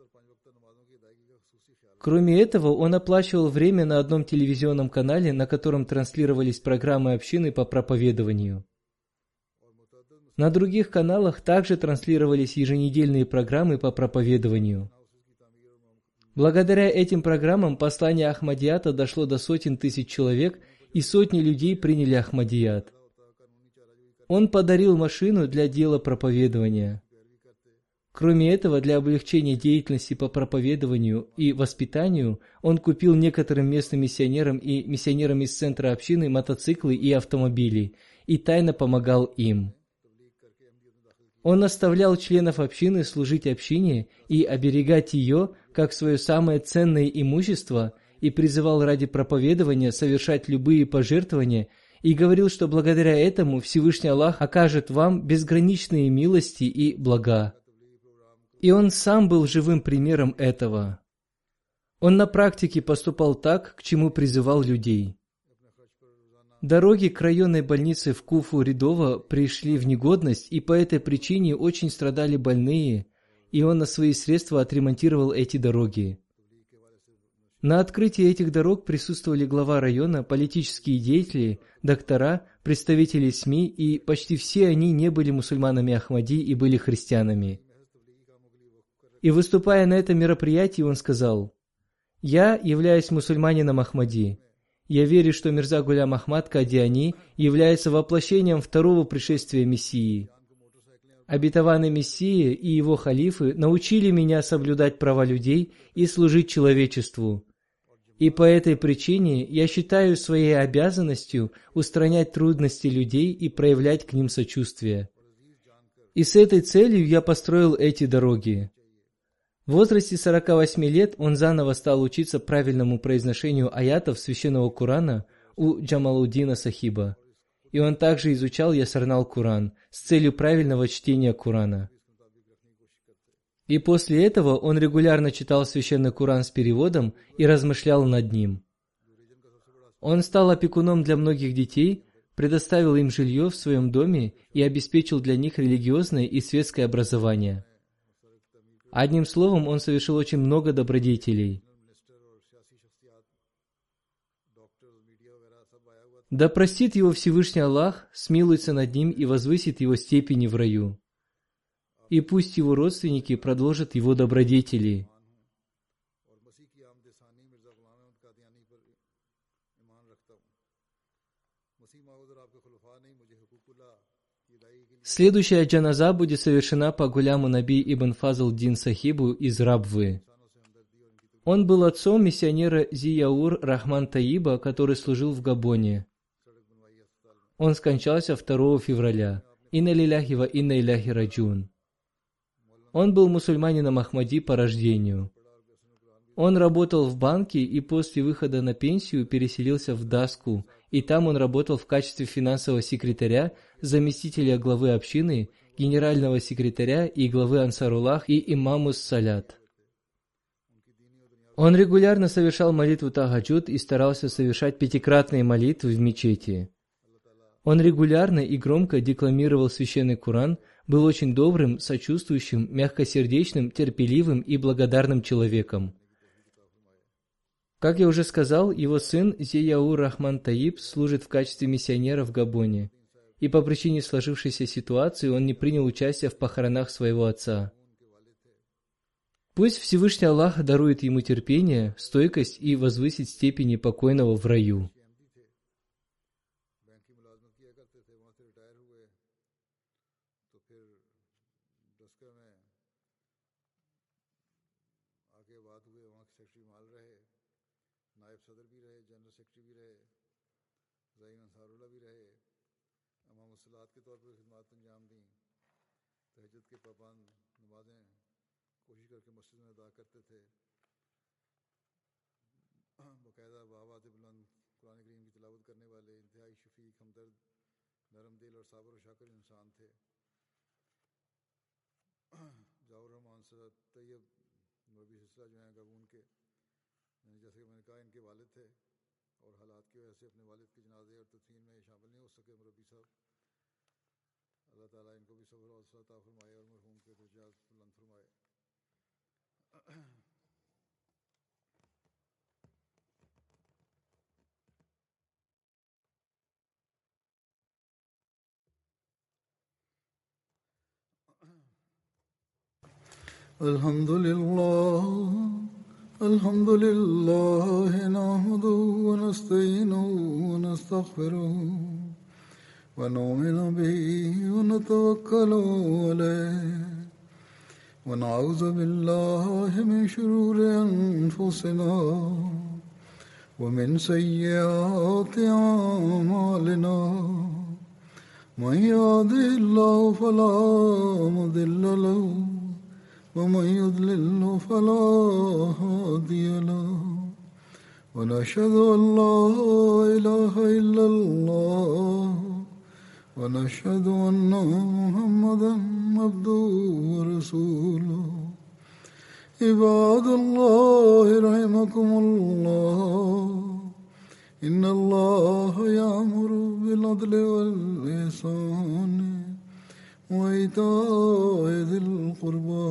Кроме этого, он оплачивал время на одном телевизионном канале, на котором транслировались программы общины по проповедованию. На других каналах также транслировались еженедельные программы по проповедованию. Благодаря этим программам послание Ахмадията дошло до сотен тысяч человек, и сотни людей приняли Ахмадият. Он подарил машину для дела проповедования. Кроме этого, для облегчения деятельности по проповедованию и воспитанию, он купил некоторым местным миссионерам и миссионерам из центра общины мотоциклы и автомобили, и тайно помогал им. Он наставлял членов общины служить общине и оберегать ее, как свое самое ценное имущество, и призывал ради проповедования совершать любые пожертвования, и говорил, что благодаря этому Всевышний Аллах окажет вам безграничные милости и блага. И он сам был живым примером этого. Он на практике поступал так, к чему призывал людей. Дороги к районной больнице в Куфу-Ридово пришли в негодность, и по этой причине очень страдали больные, и он на свои средства отремонтировал эти дороги. На открытии этих дорог присутствовали глава района, политические деятели, доктора, представители СМИ, и почти все они не были мусульманами Ахмади и были христианами. И выступая на этом мероприятии, он сказал: «Я являюсь мусульманином Ахмади. Я верю, что Мирза Гулям Ахмад Кадиани является воплощением второго пришествия Мессии. Обетованный Мессия и его халифы научили меня соблюдать права людей и служить человечеству. И по этой причине я считаю своей обязанностью устранять трудности людей и проявлять к ним сочувствие. И с этой целью я построил эти дороги». В возрасте 48 лет он заново стал учиться правильному произношению аятов Священного Корана у Джамалуддина Сахиба. И он также изучал Ясарнал Коран с целью правильного чтения Корана. И после этого он регулярно читал Священный Коран с переводом и размышлял над ним. Он стал опекуном для многих детей, предоставил им жилье в своем доме и обеспечил для них религиозное и светское образование. Одним словом, он совершил очень много добродетелей. Да простит его Всевышний Аллах, смилуется над ним и возвысит его степени в раю. И пусть его родственники продолжат его добродетели. Следующая джаназа будет совершена по Гуляму Наби ибн Фазл Дин Сахибу из Рабвы. Он был отцом миссионера Зияур Рахман Таиба, который служил в Габоне. Он скончался 2 февраля. Инна лиляхи ва инна иляхи раджун. Он был мусульманином Ахмади по рождению. Он работал в банке и после выхода на пенсию переселился в Даску, и там он работал в качестве финансового секретаря, заместителя главы общины, генерального секретаря и главы Ансаруллах и имамус Салят. Он регулярно совершал молитву Тахаджуд и старался совершать 5-кратные молитвы в мечети. Он регулярно и громко декламировал Священный Коран, был очень добрым, сочувствующим, мягкосердечным, терпеливым и благодарным человеком. Как я уже сказал, его сын Зияур Рахман Таиб служит в качестве миссионера в Габоне, и по причине сложившейся ситуации он не принял участия в похоронах своего отца. Пусть Всевышний Аллах дарует ему терпение, стойкость и возвысит степени покойного в раю. الحمد لله نحمده ونستعينه ونستغفره ونؤمن به ونتوكل عليه ونعوذ بالله من شرور أنفسنا ومن سيئات أعمالنا من يهده الله فلا مضل له ومن يضلل فلا هادي له ونشهد أن لا إله إلا الله ونشهد أن محمدا عبده ورسوله عباد الله رحمكم الله إن الله يأمر بالعدل والإحسان وإيتاء ذي القربى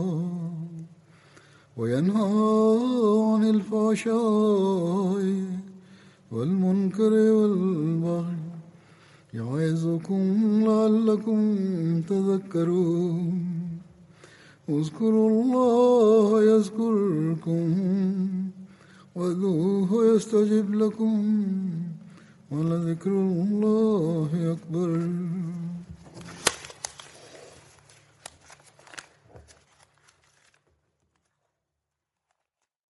وينهى عن الفحشاء والمنكر والبغي يعظكم لعلكم تذكرون اذكروا الله يذكركم وادعوه يستجب لكم ولذكر الله أكبر